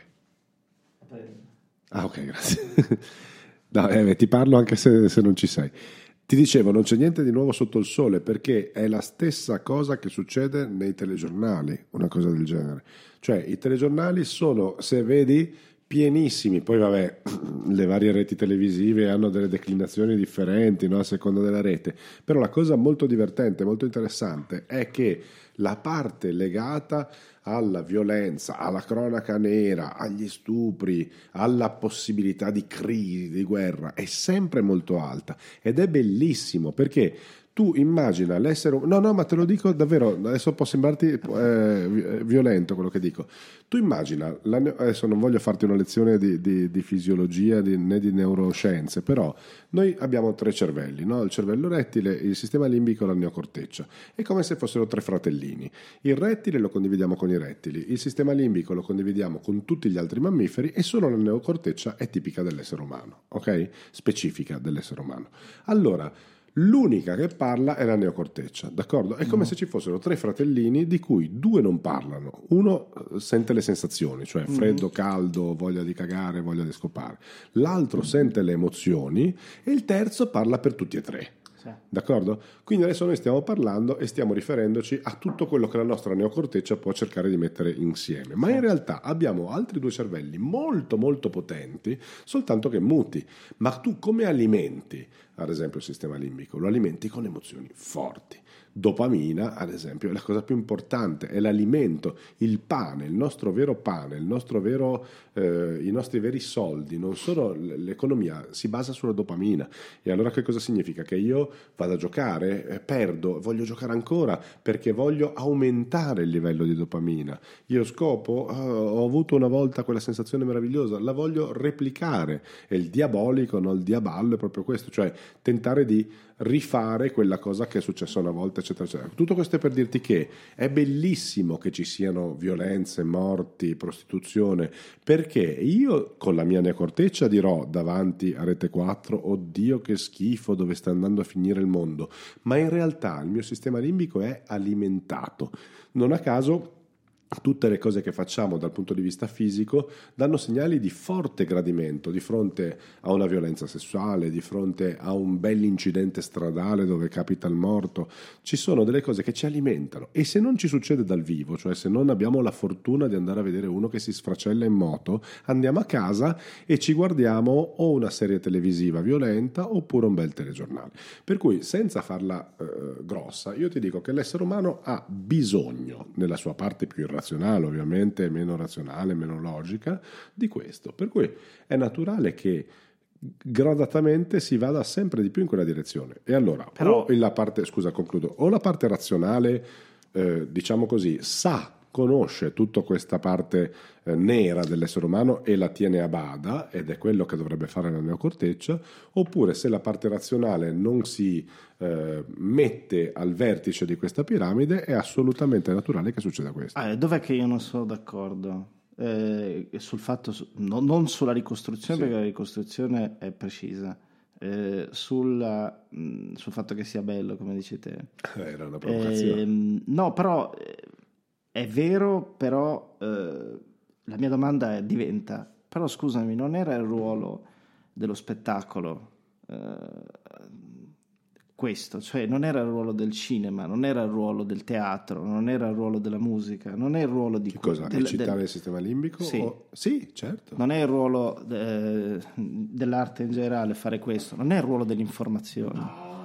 Ok, grazie. No, ti parlo anche se non ci sei. Ti dicevo, non c'è niente di nuovo sotto il sole, perché è la stessa cosa che succede nei telegiornali, una cosa del genere. Cioè, i telegiornali sono, se vedi, pienissimi. Poi vabbè, le varie reti televisive hanno delle declinazioni differenti, no, a seconda della rete. Però la cosa molto divertente, molto interessante è che la parte legata alla violenza, alla cronaca nera, agli stupri, alla possibilità di crisi, di guerra, è sempre molto alta, ed è bellissimo perché tu immagina l'essere no, ma te lo dico davvero, adesso può sembrarti violento quello che dico. Tu immagina, adesso non voglio farti una lezione di fisiologia né di neuroscienze, però noi abbiamo 3 cervelli, no? Il cervello rettile, il sistema limbico e la neocorteccia. È come se fossero 3 fratellini. Il rettile lo condividiamo con i rettili, il sistema limbico lo condividiamo con tutti gli altri mammiferi, e solo la neocorteccia è tipica dell'essere umano, ok? Specifica dell'essere umano. Allora, l'unica che parla è la neocorteccia, d'accordo? È come se ci fossero 3 fratellini di cui 2 non parlano. Uno sente le sensazioni, cioè freddo, caldo, voglia di cagare, voglia di scopare. L'altro sente le emozioni e il terzo parla per tutti e 3. D'accordo? Quindi adesso noi stiamo parlando e stiamo riferendoci a tutto quello che la nostra neocorteccia può cercare di mettere insieme, ma in realtà abbiamo altri 2 cervelli molto molto potenti, soltanto che muti. Ma tu come alimenti, ad esempio, il sistema limbico? Lo alimenti con emozioni forti. Dopamina, ad esempio, è la cosa più importante, è l'alimento, il pane, il nostro vero pane, i nostri veri soldi, non solo l'economia si basa sulla dopamina. E allora che cosa significa? Che io vado a giocare, perdo, voglio giocare ancora perché voglio aumentare il livello di dopamina. Io scopo, ho avuto una volta quella sensazione meravigliosa, la voglio replicare. E il diabolico, no? Il diaballo è proprio questo, cioè tentare di rifare quella cosa che è successa una volta, eccetera, eccetera. Tutto questo è per dirti che è bellissimo che ci siano violenze, morti, prostituzione, perché io con la mia neocorteccia dirò davanti a Rete 4, oddio che schifo, dove sta andando a finire il mondo, ma in realtà il mio sistema limbico è alimentato. Non a caso tutte le cose che facciamo dal punto di vista fisico danno segnali di forte gradimento di fronte a una violenza sessuale, di fronte a un bell'incidente stradale dove capita il morto. Ci sono delle cose che ci alimentano, e se non ci succede dal vivo, cioè se non abbiamo la fortuna di andare a vedere uno che si sfracella in moto, andiamo a casa e ci guardiamo o una serie televisiva violenta oppure un bel telegiornale. Per cui, senza farla grossa, io ti dico che l'essere umano ha bisogno, nella sua parte più irrazionale ovviamente, meno razionale, meno logica, di questo. Per cui è naturale che gradatamente si vada sempre di più in quella direzione. E allora, Però, o la parte, scusa, concludo, o la parte razionale, diciamo così, conosce tutta questa parte nera dell'essere umano e la tiene a bada, ed è quello che dovrebbe fare la neocorteccia, oppure se la parte razionale non si mette al vertice di questa piramide, è assolutamente naturale che succeda questo. Dov'è che io non sono d'accordo? Sul fatto, non sulla ricostruzione, perché la ricostruzione è precisa, sul fatto che sia bello, come dici te. Era una provocazione. No, però è vero, però la mia domanda diventa, però scusami, non era il ruolo dello spettacolo questo, cioè non era il ruolo del cinema, non era il ruolo del teatro, non era il ruolo della musica, non è il ruolo di... Che cosa? Eccitare il sistema limbico? Sì. Sì, certo. Non è il ruolo dell'arte in generale fare questo, non è il ruolo dell'informazione.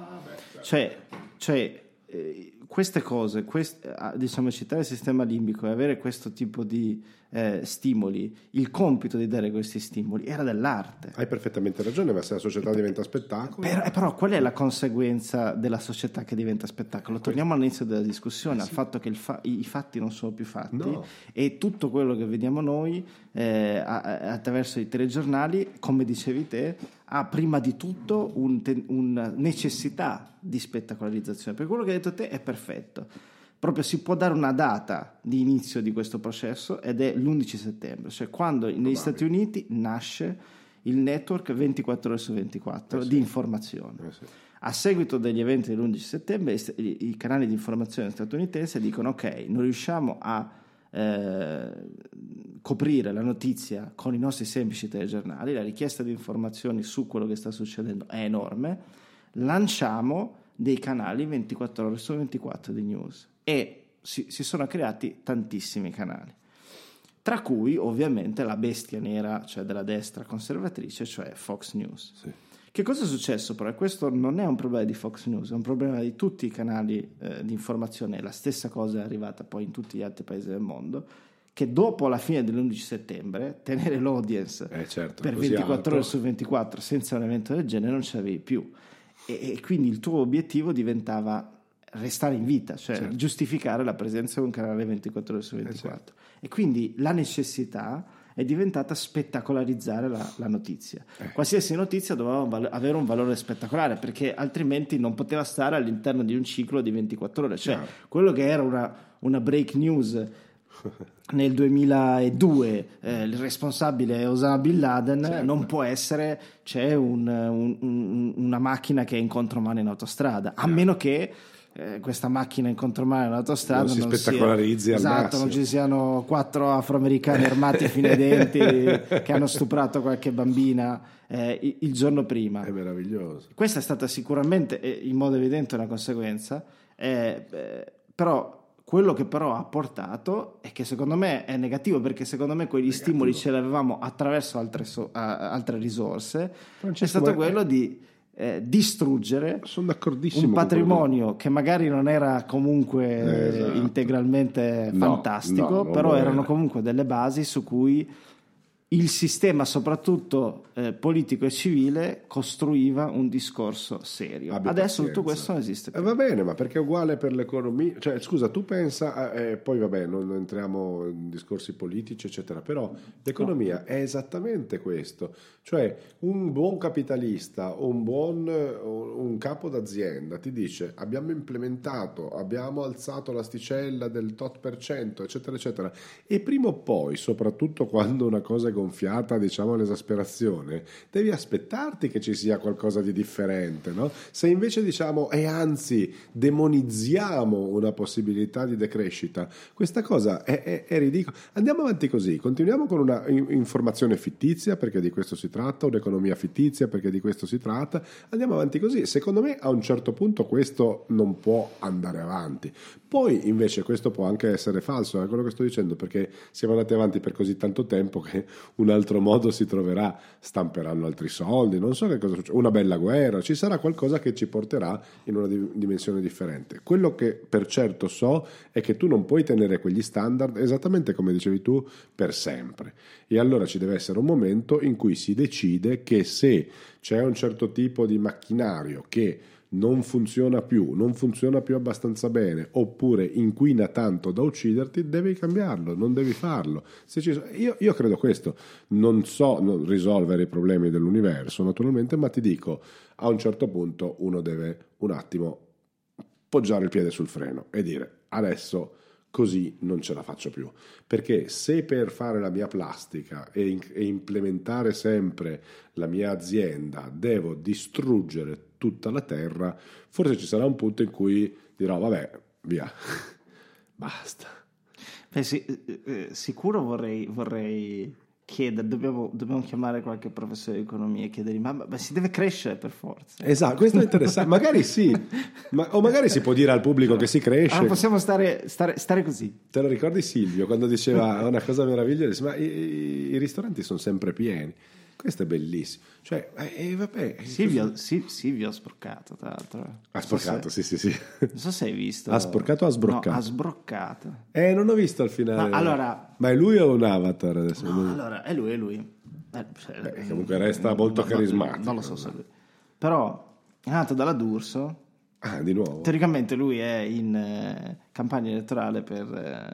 Cioè queste cose, diciamo, eccitare il sistema limbico e avere questo tipo di stimoli, il compito di dare questi stimoli era dell'arte. Hai perfettamente ragione, ma se la società diventa spettacolo... Però qual è la conseguenza della società che diventa spettacolo? Torniamo all'inizio della discussione, al fatto che i fatti non sono più fatti, no. E tutto quello che vediamo noi attraverso i telegiornali, come dicevi te, ha prima di tutto una necessità di spettacolarizzazione. Per quello che hai detto te è perfetto. Proprio si può dare una data di inizio di questo processo, ed è l'11 settembre, cioè quando negli Stati Uniti nasce il network 24 ore su 24 di informazione. Sì. A seguito degli eventi dell'11 settembre i canali di informazione statunitensi dicono: ok, non riusciamo a coprire la notizia con i nostri semplici telegiornali, la richiesta di informazioni su quello che sta succedendo è enorme, lanciamo dei canali 24 ore su 24 di news, e si sono creati tantissimi canali, tra cui ovviamente la bestia nera, cioè della destra conservatrice, cioè Fox News. Sì. Che cosa è successo però? E questo non è un problema di Fox News, è un problema di tutti i canali di informazione, la stessa cosa è arrivata poi in tutti gli altri paesi del mondo, che dopo la fine dell'11 settembre tenere l'audience per 24 ore su 24 senza un evento del genere non ce l'avevi più, e quindi il tuo obiettivo diventava restare in vita, cioè giustificare la presenza di un canale 24 ore su 24, e quindi la necessità è diventata spettacolarizzare la notizia. Qualsiasi notizia doveva avere un valore spettacolare, perché altrimenti non poteva stare all'interno di un ciclo di 24 ore, cioè quello che era una break news nel 2002, il responsabile è Osama Bin Laden, non può essere c'è una macchina che è in contromano in autostrada, a meno che questa macchina in contromano in autostrada non si spettacolarizzi al massimo. Non ci siano 4 afroamericani armati fino ai denti che hanno stuprato qualche bambina il giorno prima. È meraviglioso. Questa è stata sicuramente in modo evidente una conseguenza, però quello che però ha portato è che secondo me è negativo, perché secondo me quegli stimoli ce li avevamo attraverso altre risorse, è stato quello di distruggere un patrimonio che magari non era comunque integralmente fantastico, però erano comunque delle basi su cui il sistema, soprattutto politico e civile, costruiva un discorso serio. Adesso tutto questo non esiste più. Va bene, ma perché è uguale per l'economia? Cioè, scusa, tu pensa, poi vabbè, non entriamo in discorsi politici, eccetera, però l'economia è esattamente questo. Cioè, un buon capitalista o un capo d'azienda ti dice: abbiamo implementato, abbiamo alzato l'asticella del tot %, eccetera, eccetera. E prima o poi, soprattutto quando una cosa è gonfiata, diciamo, all'esasperazione, devi aspettarti che ci sia qualcosa di differente, no? Se invece diciamo e anzi demonizziamo una possibilità di decrescita, questa cosa è ridicola. Andiamo avanti così, continuiamo con una informazione fittizia, perché di questo si tratta, un'economia fittizia, perché di questo si tratta, andiamo avanti così. Secondo me a un certo punto questo non può andare avanti. Poi invece questo può anche essere falso, è quello che sto dicendo, perché siamo andati avanti per così tanto tempo che un altro modo si troverà, stamperanno altri soldi, non so che cosa succede, una bella guerra, ci sarà qualcosa che ci porterà in una dimensione differente. Quello che per certo so è che tu non puoi tenere quegli standard, esattamente come dicevi tu, per sempre, e allora ci deve essere un momento in cui si decide che se c'è un certo tipo di macchinario che non funziona più abbastanza bene, oppure inquina tanto da ucciderti, devi cambiarlo, non devi farlo. Io credo questo. Non so risolvere i problemi dell'universo, naturalmente, ma ti dico, a un certo punto uno deve un attimo poggiare il piede sul freno e dire adesso così non ce la faccio più, perché se per fare la mia plastica e implementare sempre la mia azienda devo distruggere tutta la terra, forse ci sarà un punto in cui dirò vabbè, via, basta. Sicuro vorrei chiedere, dobbiamo chiamare qualche professore di economia e chiedergli ma si deve crescere per forza. Esatto, questo è interessante. Magari sì, o magari si può dire al pubblico che si cresce. Allora possiamo stare così. Te lo ricordi Silvio quando diceva una cosa meravigliosa, ma i ristoranti sono sempre pieni. Questo è bellissimo. Cioè, vabbè. Silvio ha sporcato, tra l'altro. Ha sporcato, sì. Non so se hai visto. Ha sporcato o ha sbroccato? No, ha sbroccato. Non ho visto al finale. No, allora... Ma è lui o un avatar adesso? No, allora, è lui. Comunque resta molto carismatico. Non lo so se lui. Però è nato dalla D'Urso. Ah, di nuovo? Teoricamente lui è in campagna elettorale per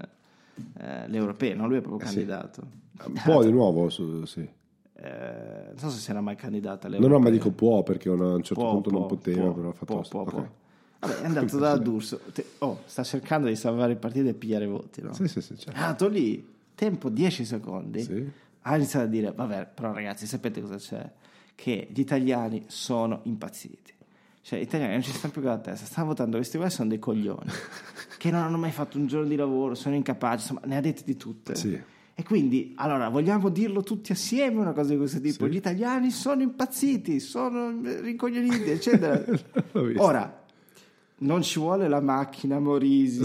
le europee, no? Lui è proprio candidato. Un po' di nuovo, sì. Non so se si era mai candidato alle no, ma dico può, perché a un certo punto non poteva, però ha fatto può. Vabbè, è andato da D'Urso. Sta cercando di salvare il partito e pigliare voti, no? Sì, certo. È andato lì, tempo 10 secondi, sì. Ha iniziato a dire vabbè, però ragazzi, sapete cosa c'è? Che gli italiani sono impazziti. Cioè, gli italiani non ci stanno più con la testa, stanno votando questi qua, sono dei coglioni che non hanno mai fatto un giorno di lavoro, sono incapaci, insomma, ne ha dette di tutte. Sì. E quindi, allora, vogliamo dirlo tutti assieme una cosa di questo tipo? Sì. Gli italiani sono impazziti, sono rincoglioniti, eccetera. Ora, non ci vuole la macchina Morisi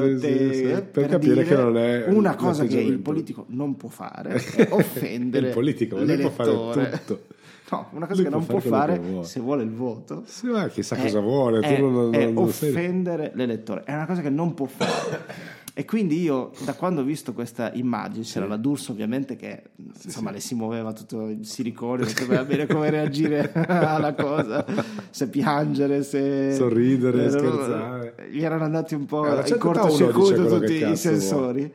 sì, per capire che non è una cosa che il politico non può fare è offendere il politico non può fare tutto. No, una cosa che non può fare se vuole il voto, ma chissà cosa vuole, è non offendere l'elettore, è una cosa che non può fare. E quindi io, da quando ho visto questa immagine, c'era la D'Urso ovviamente che insomma le si muoveva tutto il silicone, non sapeva bene come reagire alla cosa, se piangere, se sorridere, scherzare. Gli erano andati un po' in cortocircuito tutti i sensori.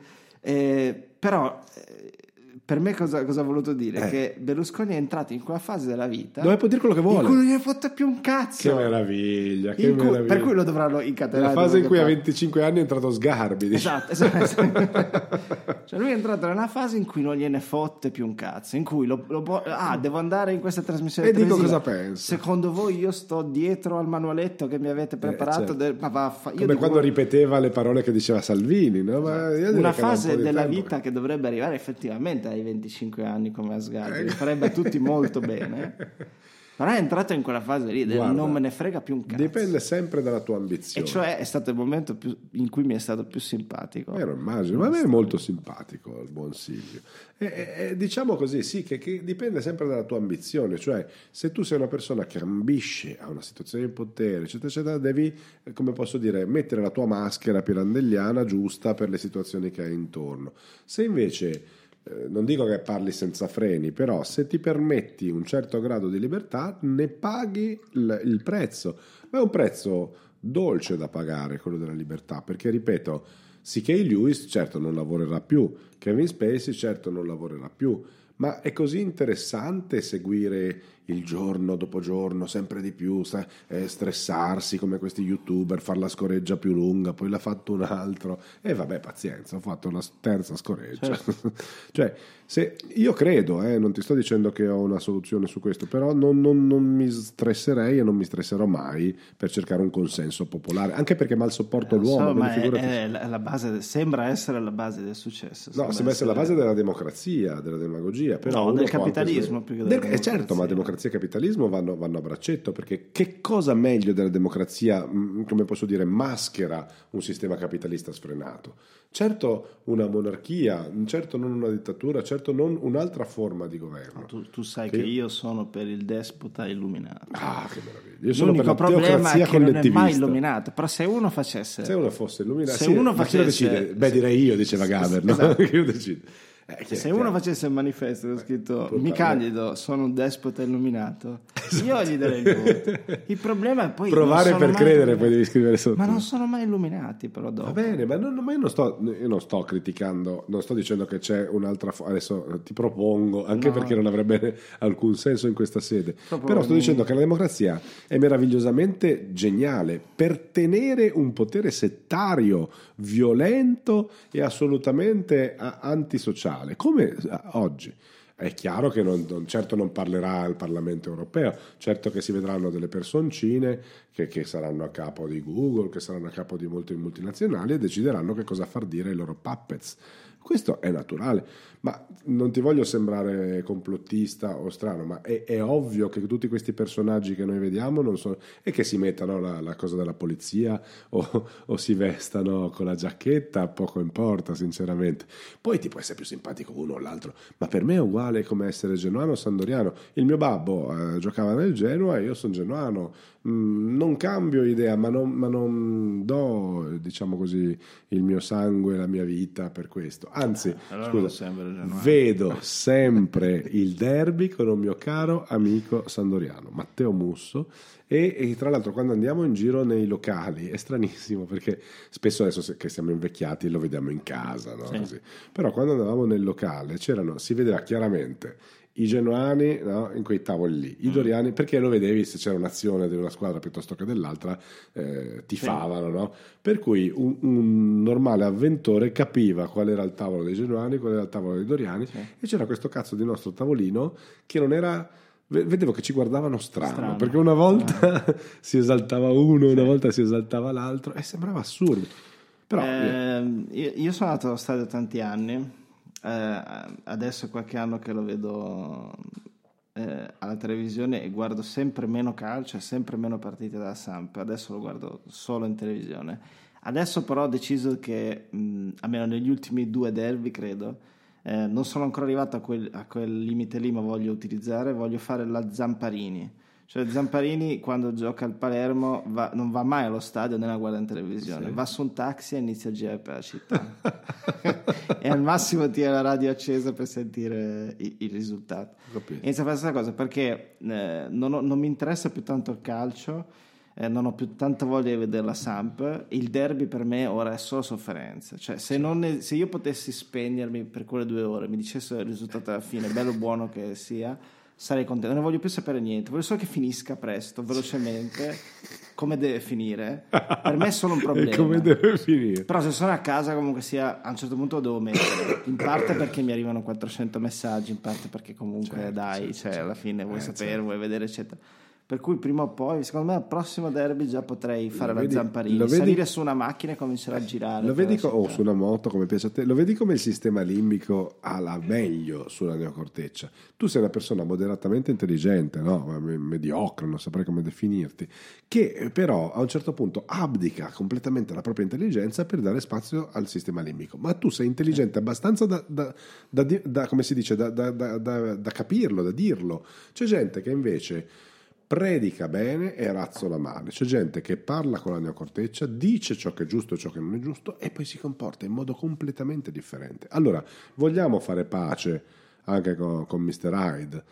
Però per me cosa ha voluto dire? Che Berlusconi è entrato in quella fase della vita dove può dire quello che vuole, in cui non gli fotte più un cazzo. Che meraviglia, meraviglia. Per cui lo dovranno incatenare. La fase in cui a 25 anni è entrato Sgarbi, diciamo. Esatto. Cioè lui è entrato nella fase in cui non gliene fotte più un cazzo, in cui devo andare in questa trasmissione e dico cosa penso. Secondo voi io sto dietro al manualetto che mi avete preparato? Certo. Come quando ripeteva le parole che diceva Salvini, no? Ma una fase della vita che dovrebbe arrivare effettivamente ai 25 anni come a Sgarbi, farebbe a tutti molto bene. Però è entrato in quella fase lì del non me ne frega più un cazzo. Dipende sempre dalla tua ambizione. E cioè è stato il momento in cui mi è stato più simpatico. Lo immagino, ma a me è molto simpatico il buon Silvio. Diciamo così, sì, che dipende sempre dalla tua ambizione. Cioè, se tu sei una persona che ambisce a una situazione di potere, eccetera, eccetera, devi, come posso dire, mettere la tua maschera pirandelliana giusta per le situazioni che hai intorno. Se invece... non dico che parli senza freni, però se ti permetti un certo grado di libertà ne paghi il prezzo, ma è un prezzo dolce da pagare quello della libertà, perché ripeto, C.K. Lewis certo non lavorerà più, Kevin Spacey certo non lavorerà più, ma è così interessante seguire il giorno dopo giorno, sempre di più, stressarsi come questi youtuber, far la scoreggia più lunga, poi l'ha fatto un altro, e vabbè, pazienza, ho fatto la terza scoreggia. Certo. Cioè, se io credo, non ti sto dicendo che ho una soluzione su questo, però non mi stresserei e non mi stresserò mai per cercare un consenso popolare, anche perché mal sopporto l'uomo. Ma quindi figurati. è la base, sembra essere la base del successo. No, sembra essere la base della democrazia, della demagogia, però No, uno del può anche capitalismo più che della democrazia. certo, ma democrazia e capitalismo vanno a braccetto, perché che cosa meglio della democrazia, come posso dire, maschera un sistema capitalista sfrenato? Certo una monarchia, certo non una dittatura, certo non un'altra forma di governo. Tu sai che io sono per il despota illuminato. Ah, che meraviglia. Io sono L'unico per la problema è teocrazia che non è collettivista. mai illuminato. Però se uno facesse... Se uno fosse illuminato, Se sì, uno ma chi lo facesse- decide? Beh, direi io, diceva Gaber, no? Esatto. Io decido. Se uno facesse il manifesto ho scritto mi candido, sono un despota illuminato, io gli darei il voto. Il problema è poi provare non sono per mai credere, illuminati. poi devi scrivere sotto. Ma non sono mai illuminati però dopo. Va bene, ma io non sto criticando, non sto dicendo che c'è un'altra adesso ti propongo, anche perché non avrebbe alcun senso in questa sede, però sto dicendo che la democrazia è meravigliosamente geniale per tenere un potere settario, violento e assolutamente antisociale, come oggi. È chiaro che certo non parlerà al Parlamento europeo, certo che si vedranno delle personcine che saranno a capo di Google, che saranno a capo di molte multinazionali e decideranno che cosa far dire ai loro puppets. Questo è naturale, ma non ti voglio sembrare complottista o strano, ma è ovvio che tutti questi personaggi che noi vediamo non sono, e che si mettano la cosa della polizia o si vestano con la giacchetta, poco importa sinceramente. Poi ti può essere più simpatico uno o l'altro, ma per me è uguale come essere genuano o sandoriano. Il mio babbo giocava nel Genoa e io sono genuano. Non cambio idea, ma non do, diciamo così, il mio sangue, la mia vita per questo. Anzi, allora scusa, vedo sempre il derby con un mio caro amico sandoriano, Matteo Musso, e tra l'altro quando andiamo in giro nei locali è stranissimo, perché spesso adesso che siamo invecchiati lo vediamo in casa, no? Sì. Così. Però quando andavamo nel locale si vedeva chiaramente i genuani, no, in quei tavoli lì, i doriani, perché lo vedevi se c'era un'azione di una squadra piuttosto che dell'altra, tifavano, no? Per cui un normale avventore capiva qual era il tavolo dei genuani, qual era il tavolo dei doriani, e c'era questo cazzo di nostro tavolino che non era... Vedevo che ci guardavano strano. Perché una volta si esaltava uno, una volta si esaltava l'altro, e sembrava assurdo. Però io sono andato allo stadio tanti anni. Adesso è qualche anno che lo vedo alla televisione e guardo sempre meno calcio e sempre meno partite dalla Samp. Adesso lo guardo solo in televisione. Adesso però ho deciso che almeno negli ultimi 2 derby credo non sono ancora arrivato a quel limite lì, ma voglio fare la Zamparini. Cioè Zamparini quando gioca al Palermo non va mai allo stadio né la guarda in televisione, va su un taxi e inizia a girare per la città e al massimo tiene la radio accesa per sentire il risultato. Inizia a fare questa cosa perché non mi interessa più tanto il calcio, non ho più tanta voglia di vedere la Samp. Il derby per me ora è solo sofferenza, cioè se io potessi spegnermi per quelle 2 ore, mi dicesse il risultato alla fine, bello o buono che sia, sarei contento, non voglio più sapere niente, voglio solo che finisca presto, velocemente, come deve finire. Per me è solo un problema. come deve finire? Però se sono a casa comunque sia, a un certo punto lo devo mettere, in parte perché mi arrivano 400 messaggi, in parte perché comunque alla fine vuoi sapere, vuoi vedere eccetera. Per cui prima o poi, secondo me al prossimo derby già potrei fare la Zamparini, salire su una macchina e cominciare a girare. Lo vedi o su una moto, come piace a te, lo vedi come il sistema limbico ha la meglio sulla neocorteccia. Tu sei una persona moderatamente intelligente, no? Mediocre, non saprei come definirti, che però a un certo punto abdica completamente la propria intelligenza per dare spazio al sistema limbico. Ma tu sei intelligente abbastanza da come si dice, da capirlo, da dirlo. C'è gente che invece predica bene e razzola male. C'è gente che parla con la neocorteccia, dice ciò che è giusto e ciò che non è giusto e poi si comporta in modo completamente differente. Allora, vogliamo fare pace anche con Mr. Hyde?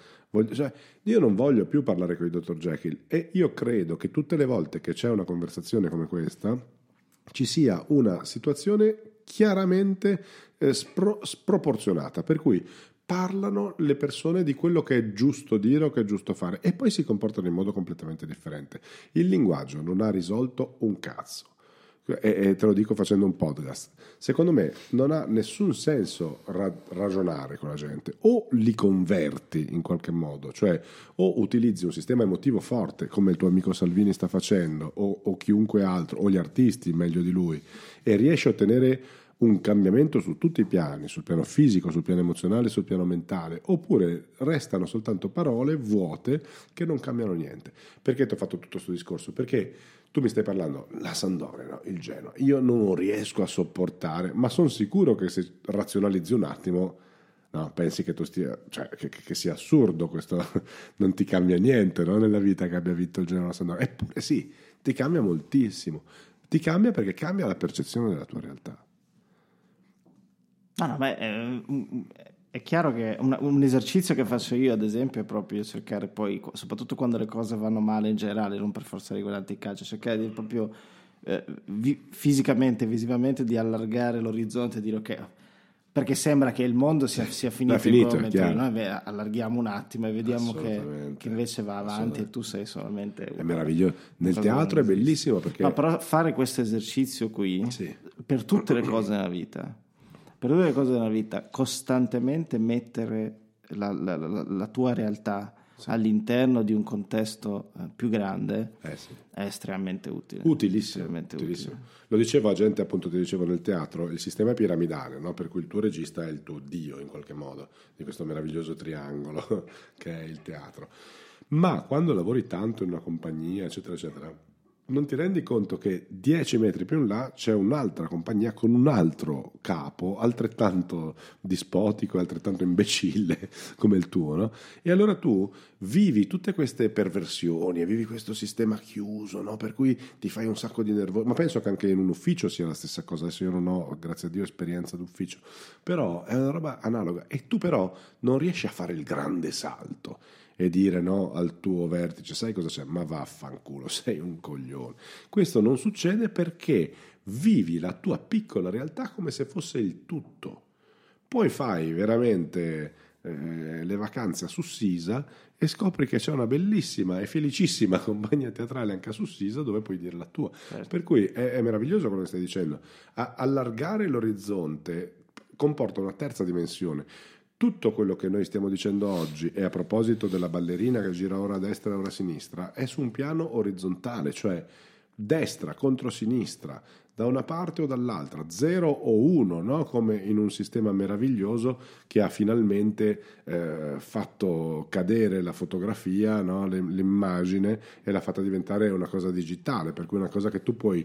Io non voglio più parlare con il Dr. Jekyll e io credo che tutte le volte che c'è una conversazione come questa ci sia una situazione chiaramente sproporzionata, per cui parlano le persone di quello che è giusto dire o che è giusto fare e poi si comportano in modo completamente differente. Il linguaggio non ha risolto un cazzo. E te lo dico facendo un podcast. Secondo me non ha nessun senso ragionare con la gente, o li converti in qualche modo, cioè o utilizzi un sistema emotivo forte come il tuo amico Salvini sta facendo, o chiunque altro, o gli artisti meglio di lui, e riesci a ottenere un cambiamento su tutti i piani, sul piano fisico, sul piano emozionale, sul piano mentale, oppure restano soltanto parole vuote che non cambiano niente. Perché ti ho fatto tutto questo discorso? Perché tu mi stai parlando, la Sampdoria, no? Il Genoa, io non riesco a sopportare, ma sono sicuro che se razionalizzi un attimo, no, pensi che tu stia, cioè che sia assurdo questo, non ti cambia niente, no? Nella vita che abbia vinto il Genoa la Sampdoria. Eppure sì, ti cambia moltissimo, ti cambia perché cambia la percezione della tua realtà. No, beh, è chiaro che un esercizio che faccio io, ad esempio, è proprio cercare poi, soprattutto quando le cose vanno male in generale, non per forza riguardanti il calcio, cercare di proprio fisicamente, visivamente, di allargare l'orizzonte e dire ok, perché sembra che il mondo sia finito in quel momento. Noi allarghiamo un attimo e vediamo che invece va avanti e tu sei solamente... È meraviglioso. Nel teatro è bellissimo perché... No, però fare questo esercizio qui, sì, per tutte le cose nella vita... Per tutte le cose nella vita, costantemente mettere la tua realtà, sì, all'interno di un contesto più grande, sì, è estremamente utile. Utilissimo. Utile. Lo dicevo a gente, appunto, ti dicevo nel teatro, il sistema è piramidale, no? Per cui il tuo regista è il tuo dio in qualche modo, di questo meraviglioso triangolo che è il teatro. Ma quando lavori tanto in una compagnia, eccetera, eccetera, non ti rendi conto che 10 metri più in là c'è un'altra compagnia con un altro capo altrettanto dispotico e altrettanto imbecille come il tuo, no? E allora tu vivi tutte queste perversioni e vivi questo sistema chiuso, no? Per cui ti fai un sacco di nervosi. Ma penso che anche in un ufficio sia la stessa cosa. Adesso io non ho, grazie a Dio, esperienza d'ufficio, però è una roba analoga e tu però non riesci a fare il grande salto e dire no al tuo vertice, sai cosa c'è? Ma vaffanculo, sei un coglione. Questo non succede perché vivi la tua piccola realtà come se fosse il tutto. Poi fai veramente le vacanze a Sussisa e scopri che c'è una bellissima e felicissima compagnia teatrale anche a Sussisa dove puoi dire la tua. Certo. Per cui è meraviglioso quello che stai dicendo. Allargare l'orizzonte comporta una terza dimensione. Tutto quello che noi stiamo dicendo oggi, e a proposito della ballerina che gira ora a destra e ora a sinistra, è su un piano orizzontale, cioè destra contro sinistra, da una parte o dall'altra, 0 o 1, no? Come in un sistema meraviglioso che ha finalmente fatto cadere la fotografia, no? L'immagine, e l'ha fatta diventare una cosa digitale, per cui una cosa che tu puoi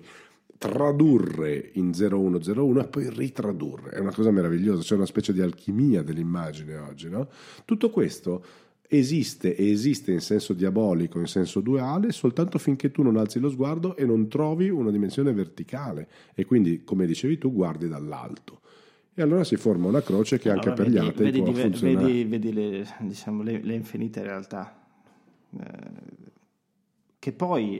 tradurre in 0101 e poi ritradurre. È una cosa meravigliosa, c'è una specie di alchimia dell'immagine oggi, no? Tutto questo esiste e esiste in senso diabolico, in senso duale, soltanto finché tu non alzi lo sguardo e non trovi una dimensione verticale e quindi, come dicevi tu, guardi dall'alto. E allora si forma una croce che anche per gli atei può funzionare. Vedi le infinite realtà che poi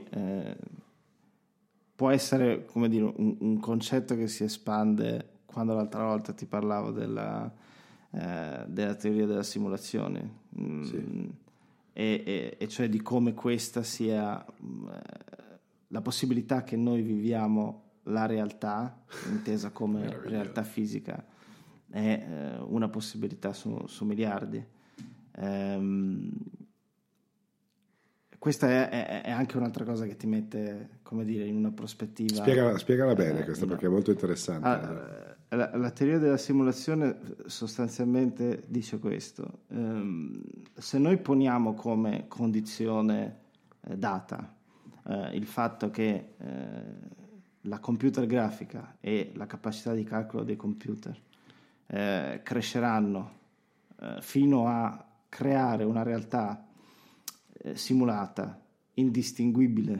può essere, come dire, un concetto che si espande. Quando l'altra volta ti parlavo della teoria della simulazione, sì, e cioè di come questa sia la possibilità che noi viviamo la realtà, intesa come realtà fisica, è una possibilità su miliardi. Questa è anche un'altra cosa che ti mette, come dire, in una prospettiva. Spiegala bene questa, perché è molto interessante. La teoria della simulazione sostanzialmente dice questo: se noi poniamo come condizione data il fatto che la computer grafica e la capacità di calcolo dei computer cresceranno fino a creare una realtà simulata, indistinguibile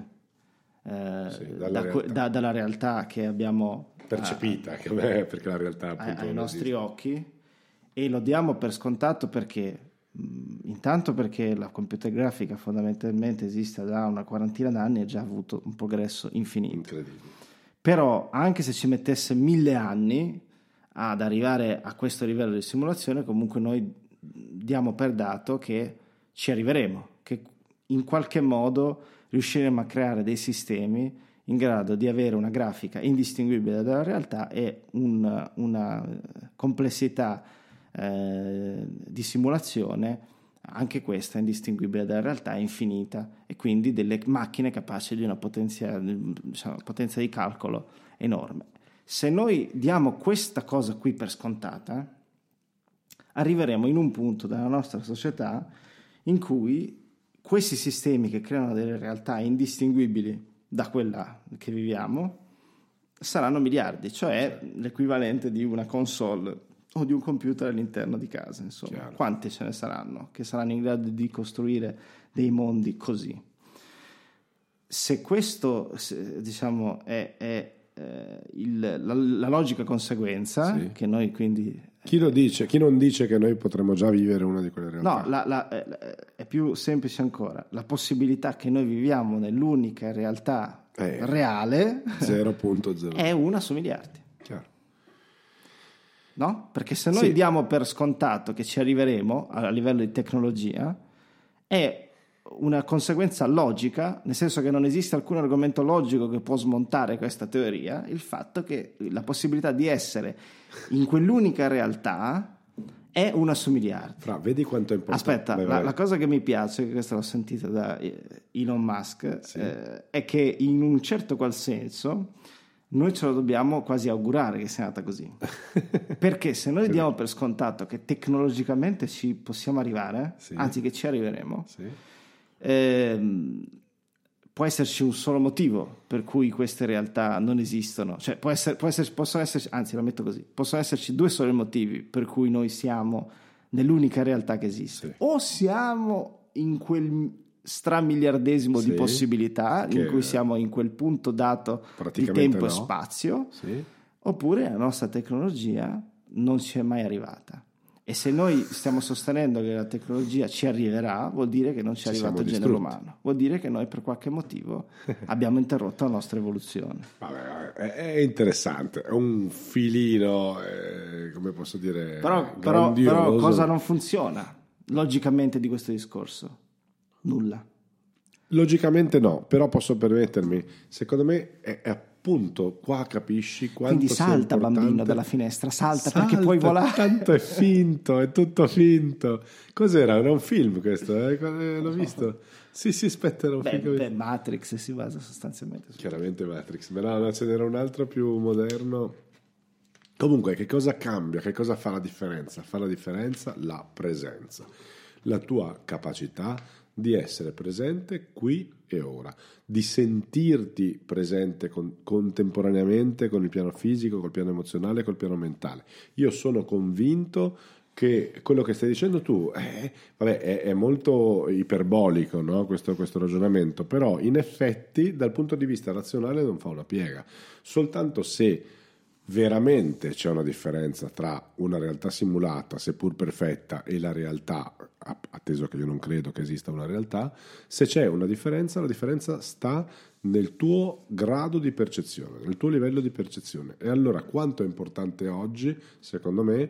dalla realtà che abbiamo percepita, perché la realtà appunto ai nostri occhi, e lo diamo per scontato perché intanto perché la computer grafica fondamentalmente esiste da una quarantina d'anni e ha già avuto un progresso infinito. Incredibile. Però anche se ci mettesse 1000 anni ad arrivare a questo livello di simulazione, comunque noi diamo per dato che ci arriveremo, che in qualche modo riusciremo a creare dei sistemi in grado di avere una grafica indistinguibile dalla realtà e una complessità di simulazione, anche questa indistinguibile dalla realtà, infinita, e quindi delle macchine capaci di una potenza di calcolo enorme. Se noi diamo questa cosa qui per scontata, arriveremo in un punto della nostra società in cui questi sistemi che creano delle realtà indistinguibili da quella che viviamo saranno miliardi, cioè l'equivalente di una console o di un computer all'interno di casa, insomma. Chiaro. Quanti ce ne saranno che saranno in grado di costruire dei mondi così? Se questo, diciamo, è la logica conseguenza, sì, che noi quindi... Chi non dice che noi potremmo già vivere una di quelle realtà? No, è più semplice ancora. La possibilità che noi viviamo nell'unica realtà reale 0.0 è una su miliardi. Chiaro. No? Perché se noi diamo per scontato che ci arriveremo a livello di tecnologia, è una conseguenza logica, nel senso che non esiste alcun argomento logico che può smontare questa teoria, il fatto che la possibilità di essere in quell'unica realtà è una su miliardi. Vedi quanto è importante. Aspetta, la cosa che mi piace, che questa l'ho sentita da Elon Musk, sì, è che in un certo qual senso noi ce lo dobbiamo quasi augurare che sia nata così. Perché se noi diamo per scontato che tecnologicamente ci possiamo arrivare, sì, anzi che ci arriveremo, sì, può esserci un solo motivo per cui queste realtà non esistono, cioè possono esserci, anzi la metto così, possono esserci due soli motivi per cui noi siamo nell'unica realtà che esiste, sì, o siamo in quel stramiliardesimo, sì, di possibilità in cui siamo in quel punto dato di tempo e spazio, sì, oppure la nostra tecnologia non ci è mai arrivata. E se noi stiamo sostenendo che la tecnologia ci arriverà, vuol dire che non ci è arrivato il genere umano, vuol dire che noi per qualche motivo abbiamo interrotto la nostra evoluzione. Vabbè, è interessante, è un filino, come posso dire, però cosa non funziona logicamente di questo discorso? Nulla. Logicamente no, però posso permettermi, secondo me è appunto qua capisci quanto quindi salta, bambino, dalla finestra, salta perché puoi volare. Tanto è finto, è tutto finto. Cos'era? Era un film questo? L'ho visto? Sì, aspetta, era un film. Matrix si basa sostanzialmente su... Chiaramente Matrix, ma ce n'era un altro più moderno. Comunque, che cosa cambia? Che cosa fa la differenza? Fa la differenza la presenza, la tua capacità di essere presente qui e ora, di sentirti presente contemporaneamente con il piano fisico, col piano emozionale, col piano mentale. Io sono convinto che quello che stai dicendo tu è molto iperbolico, no? questo ragionamento, però in effetti dal punto di vista razionale non fa una piega. Soltanto se veramente c'è una differenza tra una realtà simulata, seppur perfetta, e la realtà, atteso che io non credo che esista una realtà, se c'è una differenza, la differenza sta nel tuo grado di percezione, nel tuo livello di percezione. E allora quanto è importante oggi, secondo me,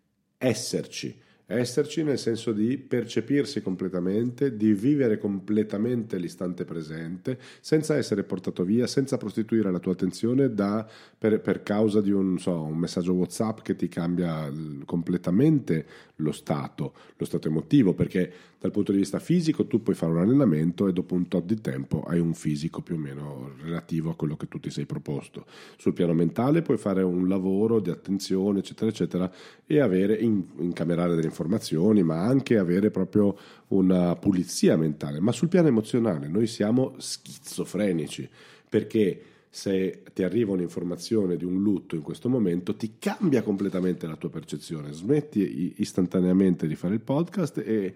esserci nel senso di percepirsi completamente, di vivere completamente l'istante presente, senza essere portato via, senza prostituire la tua attenzione per causa di un messaggio WhatsApp che ti cambia completamente lo stato emotivo, perché dal punto di vista fisico tu puoi fare un allenamento e dopo un tot di tempo hai un fisico più o meno relativo a quello che tu ti sei proposto. Sul piano mentale puoi fare un lavoro di attenzione, eccetera, eccetera, e avere incamerare delle informazioni, ma anche avere proprio una pulizia mentale. Ma sul piano emozionale noi siamo schizofrenici, perché se ti arriva un'informazione di un lutto in questo momento ti cambia completamente la tua percezione, smetti istantaneamente di fare il podcast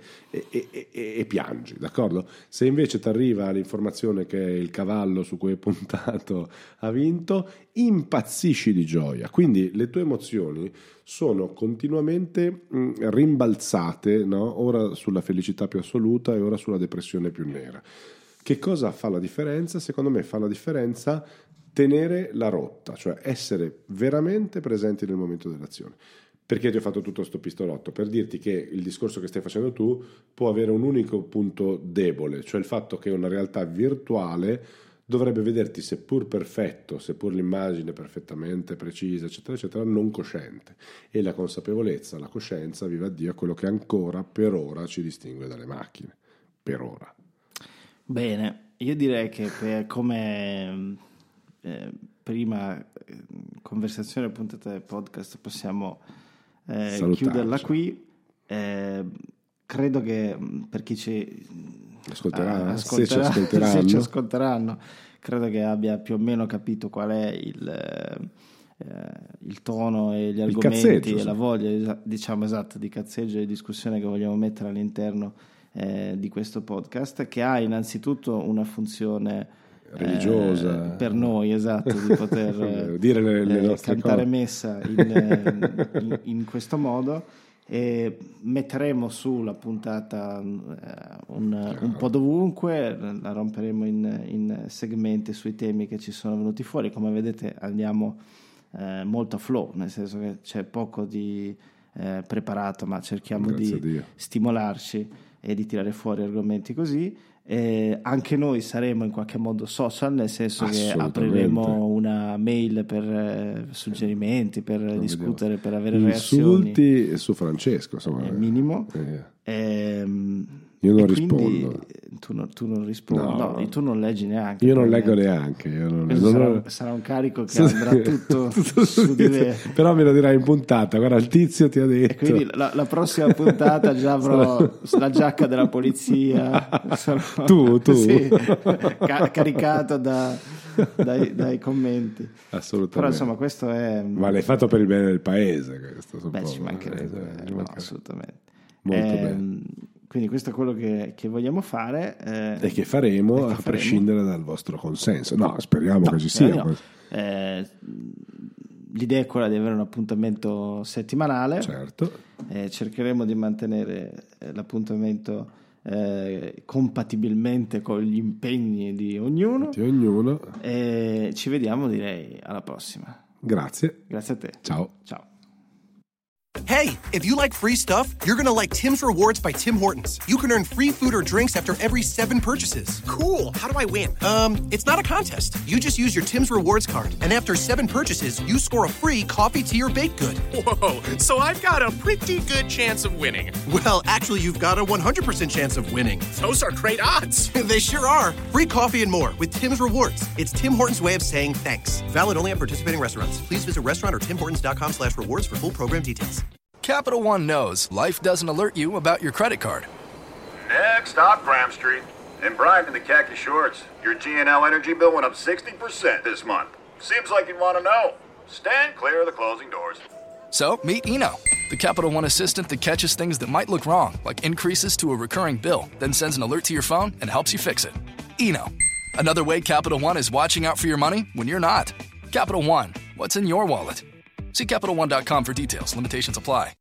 e piangi, d'accordo? Se invece ti arriva l'informazione che il cavallo su cui hai puntato ha vinto, impazzisci di gioia. Quindi le tue emozioni sono continuamente rimbalzate, no? Ora sulla felicità più assoluta e ora sulla depressione più nera. Che cosa fa la differenza? Secondo me fa la differenza tenere la rotta, cioè essere veramente presenti nel momento dell'azione. Perché ti ho fatto tutto sto pistolotto? Per dirti che il discorso che stai facendo tu può avere un unico punto debole, cioè il fatto che una realtà virtuale dovrebbe vederti seppur perfetto, seppur l'immagine perfettamente precisa, eccetera, eccetera, non cosciente. E la consapevolezza, la coscienza, viva Dio, è quello che ancora per ora ci distingue dalle macchine. Per ora. Bene, io direi che come prima conversazione puntata del podcast possiamo chiuderla qui. Credo che per chi ci ascolterà, se ci ascolteranno, credo che abbia più o meno capito qual è il tono e gli argomenti e la voglia, diciamo, esatto, di cazzeggio e di discussione che vogliamo mettere all'interno di questo podcast, che ha innanzitutto una funzione religiosa per noi, esatto, di poter dire le nostre cantare cose. messa in questo modo, e metteremo sulla puntata un po' dovunque, la romperemo in segmenti sui temi che ci sono venuti fuori. Come vedete andiamo molto a flow, nel senso che c'è poco di preparato, ma cerchiamo di stimolarci e di tirare fuori argomenti così. Anche noi saremo in qualche modo social, nel senso che apriremo una mail per suggerimenti, per discutere, per avere insulti reazioni. Su Francesco, insomma, minimo. Io non rispondo. Tu non rispondi, no, tu non leggi neanche. Io non leggo neanche. Sarà un carico che andrà tutto su di me. Però me lo dirai in puntata. Guarda, il tizio ti ha detto. E quindi la prossima puntata già avrò la giacca della polizia. Tu. Sì, caricato dai commenti. Assolutamente. Però insomma questo è. Ma l'hai fatto per il bene del paese, questo. Ci mancherebbe. Assolutamente. Molto bene. Quindi questo è quello che vogliamo fare e che faremo a prescindere dal vostro consenso. No, speriamo che ci sia. L'idea è quella di avere un appuntamento settimanale. Certo. Cercheremo di mantenere l'appuntamento compatibilmente con gli impegni di ognuno. E ci vediamo, direi, alla prossima. Grazie. Grazie a te. Ciao. Hey, if you like free stuff, you're gonna like Tim's Rewards by Tim Hortons. You can earn free food or drinks after every 7 purchases. Cool. How do I win? It's not a contest. You just use your Tim's Rewards card, and after 7 purchases, you score a free coffee, tea, or baked good. Whoa, so I've got a pretty good chance of winning. Well, actually, you've got a 100% chance of winning. Those are great odds. They sure are. Free coffee and more with Tim's Rewards. It's Tim Hortons' way of saying thanks. Valid only at participating restaurants. Please visit restaurant or timhortons.com/rewards for full program details. Capital One knows life doesn't alert you about your credit card. Next stop, Graham Street. In Brighton, the khaki shorts. Your G&L energy bill went up 60% this month. Seems like you'd want to know. Stand clear of the closing doors. So, meet Eno, the Capital One assistant that catches things that might look wrong, like increases to a recurring bill, then sends an alert to your phone and helps you fix it. Eno, another way Capital One is watching out for your money when you're not. Capital One, what's in your wallet? See CapitalOne.com for details. Limitations apply.